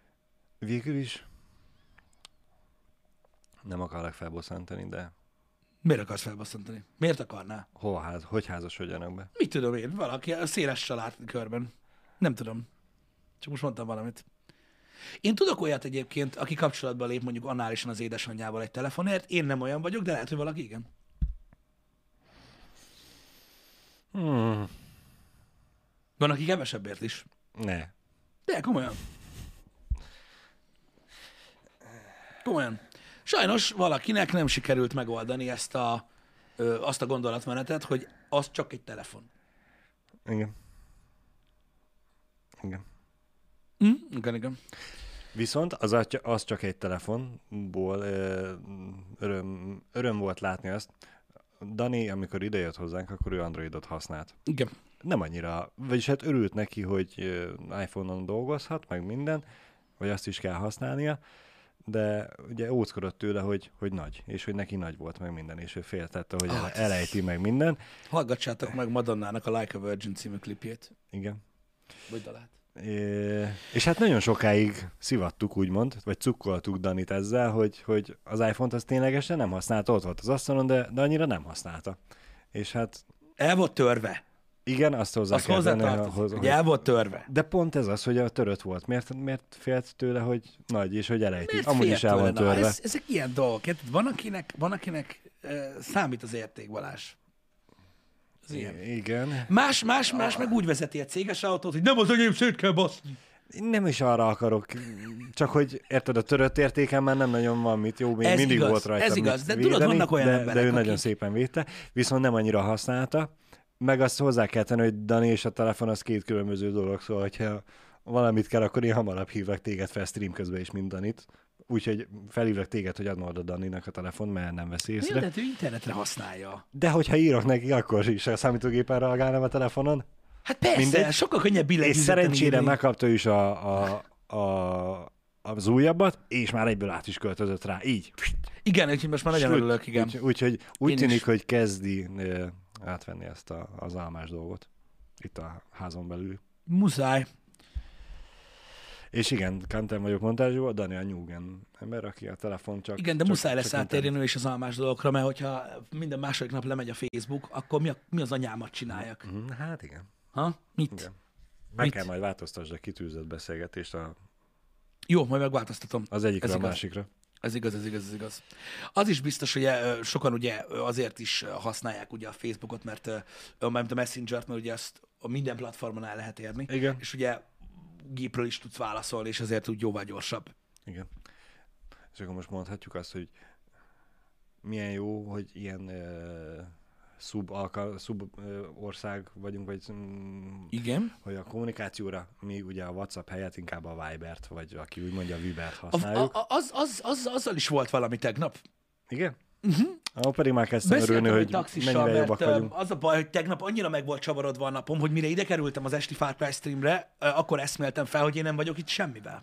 Speaker 2: Végül is nem akarlak felbosszantani, de
Speaker 1: Miért akarsz felbasszantani? Miért akarná?
Speaker 2: Hol ház, hogy házasodjanak be?
Speaker 1: Mit tudom én? Valaki a széles család körben. Nem tudom. Csak most mondtam valamit. Én tudok olyat egyébként, aki kapcsolatba lép mondjuk annálisan az édesanyjával egy telefonért. Én nem olyan vagyok, de lehet, hogy valaki igen.
Speaker 2: Hmm.
Speaker 1: Van, aki kevesebbért is.
Speaker 2: Ne.
Speaker 1: De komolyan. Komolyan. Sajnos valakinek nem sikerült megoldani ezt a, ö, azt a gondolatmenetet, hogy az csak egy telefon.
Speaker 2: Igen. Igen.
Speaker 1: Mm? Igen, igen.
Speaker 2: Viszont az, atya- az csak egy telefonból ö, öröm, öröm volt látni azt. Dani, amikor idejött hozzánk, akkor ő Androidot használt.
Speaker 1: Igen.
Speaker 2: Nem annyira, vagyis hát örült neki, hogy iPhone-on dolgozhat, meg minden, vagy azt is kell használnia, de ugye óckodott tőle, hogy, hogy nagy, és hogy neki nagy volt meg minden, és ő féltette, hogy
Speaker 1: Ah,
Speaker 2: el, elejti meg minden.
Speaker 1: Hallgassátok meg Madonnának a Like a Virgin című klipjét.
Speaker 2: Igen.
Speaker 1: Vagy dalát.
Speaker 2: É, és hát nagyon sokáig szivattuk, úgymond, vagy cukkoltuk Danit ezzel, hogy, hogy az iPhone-t az ténylegesen nem használta, ott volt az asztalon, de, de annyira nem használta. És hát
Speaker 1: El volt törve.
Speaker 2: igen, azt hozzá
Speaker 1: Azt
Speaker 2: kell tenni,
Speaker 1: hozzátartozik,
Speaker 2: hogy,
Speaker 1: hogy el volt törve.
Speaker 2: de pont ez az, hogy a törött volt. Miért, miért félt tőle, hogy nagy, és hogy elejti?
Speaker 1: Miért
Speaker 2: Amúgy
Speaker 1: fél
Speaker 2: is el
Speaker 1: tőle?
Speaker 2: van
Speaker 1: Na,
Speaker 2: törve.
Speaker 1: ez, ezek ilyen dolgok. Érted? Van, akinek, van, akinek uh, számít az érték, Balázs. Ez ilyen.
Speaker 2: I- igen.
Speaker 1: Más, más, más meg úgy vezeti a céges autót, hogy nem az enyém, szét kell baszni.
Speaker 2: Nem is arra akarok, csak hogy érted, a törött értéken már nem nagyon van mit, jó, még
Speaker 1: Ez
Speaker 2: mindig
Speaker 1: igaz,
Speaker 2: volt rajta
Speaker 1: ez igaz,
Speaker 2: mit
Speaker 1: de tudod,
Speaker 2: védeni,
Speaker 1: vannak olyan
Speaker 2: de,
Speaker 1: emberek,
Speaker 2: de ő
Speaker 1: akik...
Speaker 2: nagyon szépen védte, viszont nem annyira használta, meg azt hozzá kell tenni, hogy Dani és a telefon az két különböző dolog, szóval hogyha valamit kell, akkor én hamarabb hívlak téged fel stream közben is, mint Danit. Úgyhogy felhívlak téged, hogy add a Daninak a telefon, mert nem veszi
Speaker 1: Mi,
Speaker 2: észre.
Speaker 1: de ő internetre használja.
Speaker 2: De hogyha írok neki, akkor is a számítógépen reagálnám a telefonon.
Speaker 1: Hát persze,
Speaker 2: Mindegy.
Speaker 1: sokkal könnyebb
Speaker 2: És
Speaker 1: billentyűzetten
Speaker 2: szerencsére
Speaker 1: írni.
Speaker 2: megkapta is a, a, a, az újabbat, és már egyből át is költözött rá. Így.
Speaker 1: Igen, úgyhogy most már nagyon
Speaker 2: Sőt,
Speaker 1: örülök, igen.
Speaker 2: Úgy, úgyhogy úgy
Speaker 1: Én
Speaker 2: tűnik,
Speaker 1: is.
Speaker 2: hogy kezdi ö, átvenni ezt a, az álmás dolgot. Itt a házon belül.
Speaker 1: Muszáj.
Speaker 2: És igen, Kanten vagyok montázsból, Dani a nyugen ember, aki a telefon csak...
Speaker 1: Igen, de
Speaker 2: csak,
Speaker 1: muszáj lesz
Speaker 2: csak
Speaker 1: átérni ő is az almás dolgokra, mert hogyha minden második nap lemegy a Facebook, akkor mi, a, mi az anyámat csináljak?
Speaker 2: internet. Mhm, hát igen.
Speaker 1: Ha? Mit?
Speaker 2: igen. Meg
Speaker 1: Mit?
Speaker 2: kell majd változtasd a kitűzött beszélgetést a,
Speaker 1: Jó, majd megváltoztatom.
Speaker 2: az egyikről
Speaker 1: Ez
Speaker 2: a
Speaker 1: igaz.
Speaker 2: másikra.
Speaker 1: Ez igaz, ez igaz, ez igaz. Az is biztos, hogy ö, sokan ugye ö, azért is ö, használják ugye a Facebookot, mert ö, ö, mert a Messenger-t, mert ugye azt a minden platformon el lehet érni.
Speaker 2: Igen.
Speaker 1: És ugye gépről is tudsz válaszolni, és ezért úgy jóval gyorsabb.
Speaker 2: Igen. És akkor most mondhatjuk azt, hogy milyen jó, hogy ilyen uh, szub, alka, szub uh, ország vagyunk, vagy um,
Speaker 1: Igen.
Speaker 2: hogy a kommunikációra mi ugye a WhatsApp helyett inkább a Vibert, vagy aki úgy mondja a Vibert
Speaker 1: A,
Speaker 2: használjuk.
Speaker 1: a, az, az, az, azzal is volt valami tegnap.
Speaker 2: Igen? Uh-huh. Ahol pedig már kezdtem
Speaker 1: Beszéltem
Speaker 2: örülni,
Speaker 1: egy
Speaker 2: hogy
Speaker 1: taxissal,
Speaker 2: mennyivel
Speaker 1: mert
Speaker 2: jobbak
Speaker 1: ö,
Speaker 2: vagyunk.
Speaker 1: az a baj, hogy tegnap annyira meg volt csavarodva a napom, hogy mire ide kerültem az esti Far Cry streamre, ö, akkor eszméltem fel, hogy én nem vagyok itt semmivel.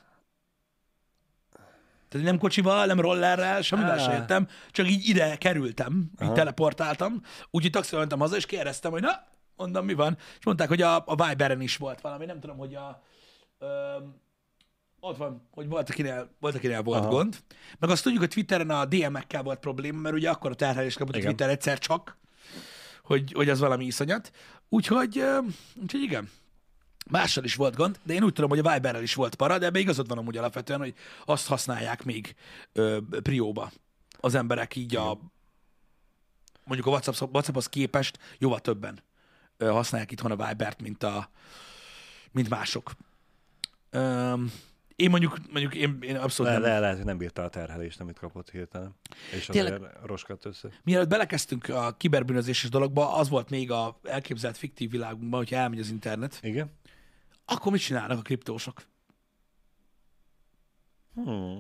Speaker 1: Tehát nem kocsival, nem rollerrel, semmivel
Speaker 2: Á.
Speaker 1: se jöttem, csak így ide kerültem, így
Speaker 2: Aha.
Speaker 1: teleportáltam, úgyhogy taxival mentem haza, és kérdeztem, hogy na, mondom, mi van, és mondták, hogy a, a Viberen is volt valami, nem tudom, hogy a... Ö, ott van, hogy volt, akinél, volt, akinél volt
Speaker 2: Aha.
Speaker 1: gond. Meg azt tudjuk, hogy Twitteren a dé em-ekkel volt probléma, mert ugye akkor a terhelést kapott a
Speaker 2: Igen.
Speaker 1: Twitter egyszer csak, hogy, hogy az valami iszonyat. Úgyhogy, ö, úgyhogy igen, mással is volt gond, de én úgy tudom, hogy a Viberrel is volt para, de ebbe igazad van amúgy alapvetően, hogy azt használják még ö, prióba az emberek így a, mondjuk a WhatsApp, WhatsApphoz képest jóval többen ö, használják itthon a Vibert, mint, a, mint mások. Öm, én mondjuk, mondjuk én, én abszolút
Speaker 2: Le,
Speaker 1: nem.
Speaker 2: le, lehet, hogy nem bírta a terhelést, amit kapott hirtelen. És
Speaker 1: Tényleg?
Speaker 2: azért roskadt össze.
Speaker 1: Mielőtt belekezdtünk a kiberbűnözéses dologba, az volt még a elképzelt fiktív világunkban, hogyha elmegy az internet,
Speaker 2: Igen?
Speaker 1: akkor mit csinálnak a kriptósok?
Speaker 2: Hmm.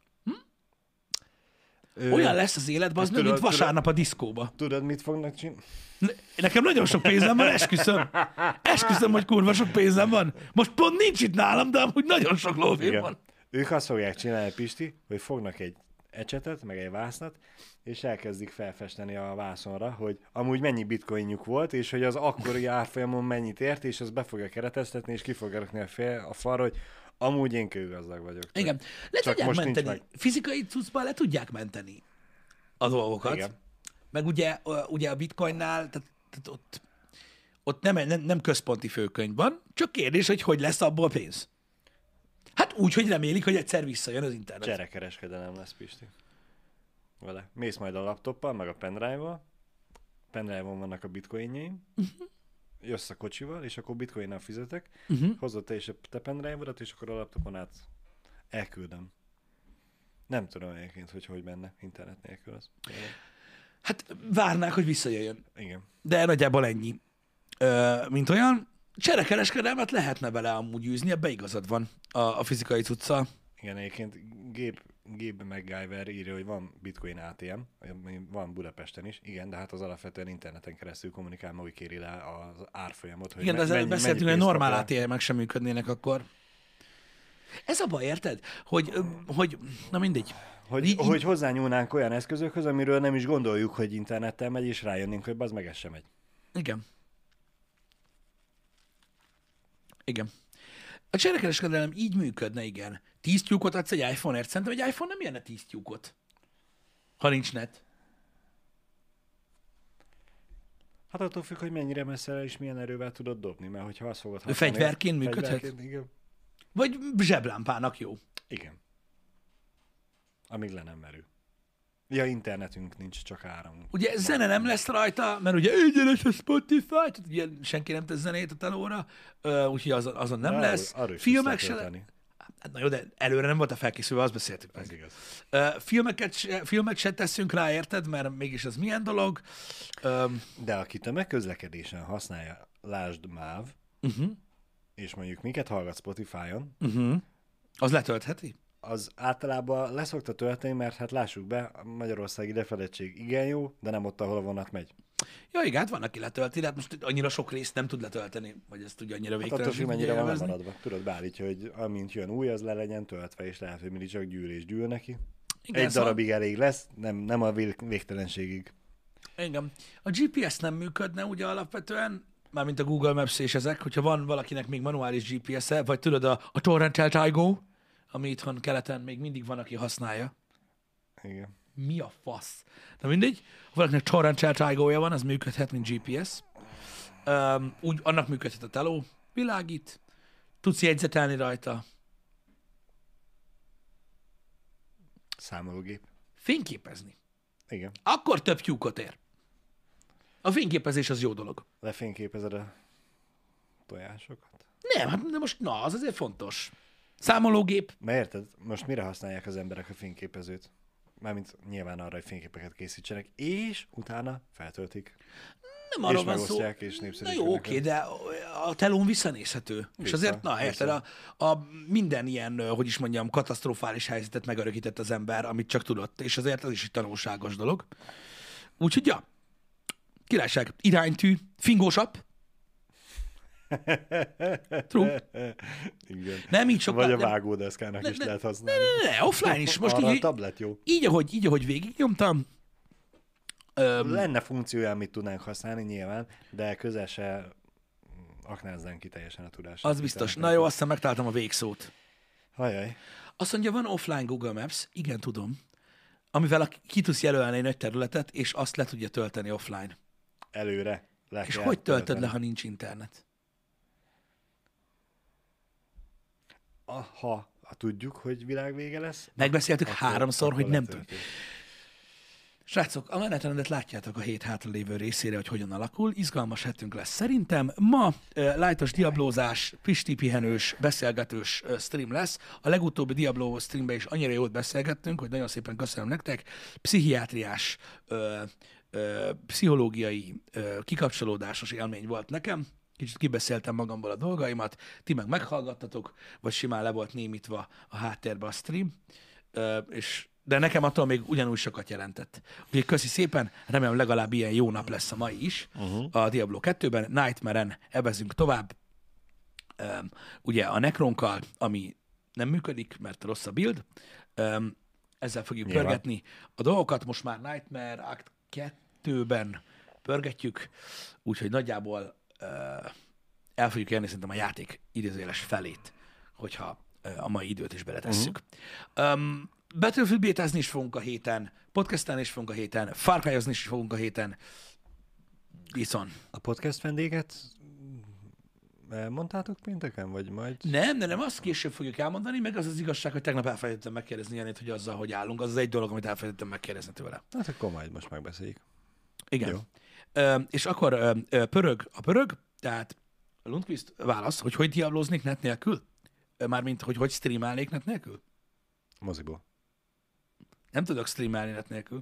Speaker 1: Olyan lesz az életben, az
Speaker 2: Hát
Speaker 1: nő, mint
Speaker 2: tudod-
Speaker 1: vasárnap a diszkóba.
Speaker 2: Tudod, mit fognak csinálni?
Speaker 1: Ne- Nekem nagyon sok pénzem van, esküszöm. Esküszöm, hogy kurva sok pénzem van. Most pont nincs itt nálam, de amúgy nagyon sok lóvém
Speaker 2: Igen.
Speaker 1: van.
Speaker 2: Ők azt fogják csinálni, Pisti, hogy fognak egy ecsetet, meg egy vásznat, és elkezdik felfesteni a vászonra, hogy amúgy mennyi bitcoinjuk volt, és hogy az akkori árfolyamon mennyit ért, és az be fogja kereteztetni, és ki fogja rakni a, fél, a falra, hogy amúgy én kőgazdag vagyok.
Speaker 1: Igen. Le
Speaker 2: Csak
Speaker 1: tudják
Speaker 2: most nincs
Speaker 1: menteni.
Speaker 2: meg.
Speaker 1: Fizikai cuccban le tudják menteni a dolgokat.
Speaker 2: Igen.
Speaker 1: meg ugye, ö, ugye a bitcoinnál, tehát, tehát ott, ott nem, nem, nem központi főkönyv van, csak kérdés, hogy hogy lesz abból pénz. Hát úgy, hogy remélik, hogy egyszer visszajön az internet.
Speaker 2: Cserekereskedelem lesz, Pisti. Vele. Mész majd a laptoppal, meg a pendrive-val. Pendrive-on vannak a bitcoinjaim. Uh-huh. Jössz a kocsival, és akkor bitcoinnal fizetek. Uh-huh. Hozod te is a te pendrive-odat, és akkor a laptopon át elküldöm. Nem tudom egyébként, hogy hogy menne internet nélkül az.
Speaker 1: Hát várnák, hogy visszajöjjön.
Speaker 2: Igen.
Speaker 1: De nagyjából ennyi. Ö, mint olyan, cserekereskedelmet lehetne vele amúgy űzni, ebbe igazad van a, a fizikai cuccal.
Speaker 2: Igen, egyébként Gabe, Gabe McGyver írja, hogy van Bitcoin á té em, van Budapesten is, igen, de hát az alapvetően interneten keresztül kommunikál, ma úgy kéri le az árfolyamot. Hogy
Speaker 1: igen, de
Speaker 2: me-
Speaker 1: ezzel
Speaker 2: mennyi,
Speaker 1: beszéltünk,
Speaker 2: mennyi
Speaker 1: hogy normál
Speaker 2: pénzt
Speaker 1: á té em-ek sem működnének akkor. Ez a baj, érted? Hogy, hogy na mindegy.
Speaker 2: Hogy,
Speaker 1: Így,
Speaker 2: hogy hozzányúlnánk olyan eszközökhöz, amiről nem is gondoljuk, hogy internettel megy, és rájönnénk, hogy az meg ez sem megy.
Speaker 1: Igen. Igen. A cserekereskedelem így működne, igen. tíz tyúkot adsz egy iPhone-ért, szerintem egy iPhone nem jönne tíz tyúkot, ha nincs net.
Speaker 2: Hát attól függ, hogy mennyire messzire és milyen erővel tudod dobni, mert hogyha azt fogod használni...
Speaker 1: Fegyverként működhet?
Speaker 2: Fegyverként, igen.
Speaker 1: Vagy zseblámpának jó.
Speaker 2: Igen. Amíg le nem merül. Ja, internetünk nincs, csak áram.
Speaker 1: Ugye Ma. zene nem lesz rajta, mert ugye egyenes a Spotify, tehát ugye senki nem tesz zenét a telóra, úgyhogy azon, azon nem
Speaker 2: de
Speaker 1: lesz.
Speaker 2: Arra, arra
Speaker 1: Filmek se... Le... Hát, na jó, de előre nem volt a felkészülve, azt beszéltük meg.
Speaker 2: Ez igaz.
Speaker 1: Uh, filmeket se, filmet se teszünk rá, érted? Mert mégis az milyen dolog. Um,
Speaker 2: de aki tömegközlekedésen használja, lásd MÁV, uh-huh. és mondjuk minket hallgat Spotify-on,
Speaker 1: uh-huh. az letöltheti?
Speaker 2: Az általában leszokta tölteni, mert hát lássuk be, a magyarországi lefedettség igen jó, de nem ott, ahol a vonat megy.
Speaker 1: Ja, igen, hát van, aki letölti, de hát most annyira sok részt nem tud letölteni, vagy ezt tudja annyira végtelen.
Speaker 2: Hát attól mennyire van lemaradva. Tudod, beállítja, hogy amint jön új, az le legyen töltve, és lehet, hogy mindig csak gyűl és gyűl neki. Igen, egy szóval... darabig elég lesz, nem, nem a végtelenségig.
Speaker 1: Igen. A gé pé es nem működne ugye alapvetően, mármint a Google Maps és ezek, hogyha van valakinek még manuális gé pé es-e, vagy tudod a, a Torrent Tigo, ami itthon keleten még mindig van, aki használja.
Speaker 2: Igen.
Speaker 1: Mi a fasz? Na mindegy, ha valakinek Torrent Tigo-ja van, az működhet, mint gé pé es. Um, úgy, annak működhet a teló, világít, tudsz jegyzetelni rajta.
Speaker 2: Számológép.
Speaker 1: Fényképezni.
Speaker 2: Igen.
Speaker 1: Akkor több tyúkot ér. A fényképezés az jó dolog.
Speaker 2: Lefényképezed a tojásokat?
Speaker 1: Nem, hát de most na, az azért fontos. Számológép.
Speaker 2: Mert érted, most mire használják az emberek a fényképezőt? Mármint nyilván arra, hogy fényképeket készítsenek, és utána feltöltik.
Speaker 1: Nem arról van szó.
Speaker 2: És
Speaker 1: na jó, oké, de a telón visszanézhető. Vissza, és azért, na érted, a, a minden ilyen, hogy is mondjam, katasztrofális helyzetet megörökített az ember, amit csak tudott, és azért az is egy tanulságos dolog. Úgyhogy, ja, királyság, iránytű, fingósabb. True.
Speaker 2: Igen.
Speaker 1: Nem így sokkal,
Speaker 2: Vagy a
Speaker 1: nem,
Speaker 2: vágódeszkának
Speaker 1: ne,
Speaker 2: is
Speaker 1: ne,
Speaker 2: lehet használni.
Speaker 1: Ne, ne, ne, offline is. Most
Speaker 2: arra
Speaker 1: így,
Speaker 2: a tablet jó.
Speaker 1: Így, ahogy, így, ahogy végignyomtam.
Speaker 2: Um, Lenne funkciója, amit tudnánk használni nyilván, de közel se aknáznánk ki teljesen a tudását.
Speaker 1: Az biztos. Na jó, azt hiszem megtaláltam a végszót.
Speaker 2: Hajjaj.
Speaker 1: Azt mondja, van offline Google Maps, igen, tudom, amivel ki tudsz jelölni egy nagy területet, és azt le tudja tölteni offline.
Speaker 2: Előre. Le
Speaker 1: és hogy töltöd tölteni. le, ha nincs internet?
Speaker 2: Ha, ha tudjuk, hogy világvége lesz.
Speaker 1: Megbeszéltük
Speaker 2: akkor,
Speaker 1: háromszor,
Speaker 2: akkor
Speaker 1: hogy nem tudjuk. Srácok, a menetrendet látjátok a hét hátra lévő részére, hogy hogyan alakul. Izgalmas hetünk lesz szerintem. Ma uh, lightos diablózás, pisti pihenős, beszélgetős uh, stream lesz. A legutóbbi Diablo streamben is annyira jót beszélgettünk, hogy nagyon szépen köszönöm nektek. Pszichiátriás, uh, uh, pszichológiai uh, kikapcsolódásos élmény volt nekem. Kicsit kibeszéltem magamból a dolgaimat, ti meg meghallgattatok, vagy simán le volt némítva a háttérbe a stream, uh, és de nekem attól még ugyanúgy sokat jelentett. Úgyhogy köszi szépen, remélem legalább ilyen jó nap lesz a mai is. Uh-huh. A Diablo kettőben, Nightmare-en evezünk tovább. Um, ugye a Necronkkal, ami nem működik, mert rossz a build. Um, ezzel fogjuk Nyilván. pörgetni a dolgokat. Most már Nightmare Act kettőben pörgetjük, úgyhogy nagyjából uh, el fogjuk érni szerintem a játék idézőjeles felét, hogyha uh, a mai időt is beletesszük. Uh-huh. Um, Battlefield bétázni is fogunk a héten, podcastelni is fogunk a héten, Far Cry-ozni is fogunk a héten. Viszont.
Speaker 2: A podcast vendéget elmondtátok pénteken, vagy majd?
Speaker 1: Nem, de nem, azt később fogjuk elmondani, meg az az igazság, hogy tegnap elfelejtettem megkérdezni Janét, hogy azzal, hogy állunk, az az egy dolog, amit elfelejtettem megkérdezni tőle.
Speaker 2: Hát akkor majd most megbeszéljük.
Speaker 1: Igen.
Speaker 2: Jó.
Speaker 1: Ö, és akkor ö, ö, pörög a pörög, tehát Lundqvist válasz, hogy hogy diablóznék net nélkül? Ö, Mármint, hogy hogy streamálnék net nélkül?
Speaker 2: Moziból.
Speaker 1: Nem tudok streamálni net nélkül.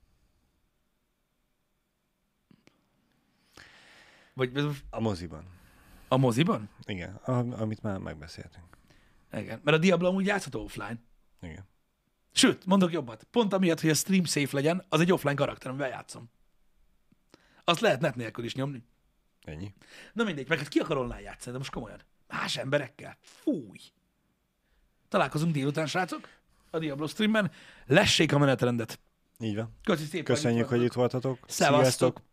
Speaker 1: Vagy
Speaker 2: A moziban.
Speaker 1: a moziban?
Speaker 2: Igen, a, amit már megbeszéltünk.
Speaker 1: Igen, mert a Diablo amúgy játszható offline.
Speaker 2: Igen.
Speaker 1: Sőt, mondok jobbat. Pont amiatt, hogy a stream safe legyen, az egy offline karakter, amivel játszom. Azt lehet net nélkül is nyomni.
Speaker 2: Ennyi.
Speaker 1: Na mindegy, meg hát ki akar online játszani, de most komolyan. Más emberekkel. Fúj. Találkozunk délután, srácok, a Diablo streamben. Lessék a menetrendet.
Speaker 2: Így van.
Speaker 1: Köszi szépen.
Speaker 2: Köszönjük, hogy itt voltatok.
Speaker 1: Szevasztok.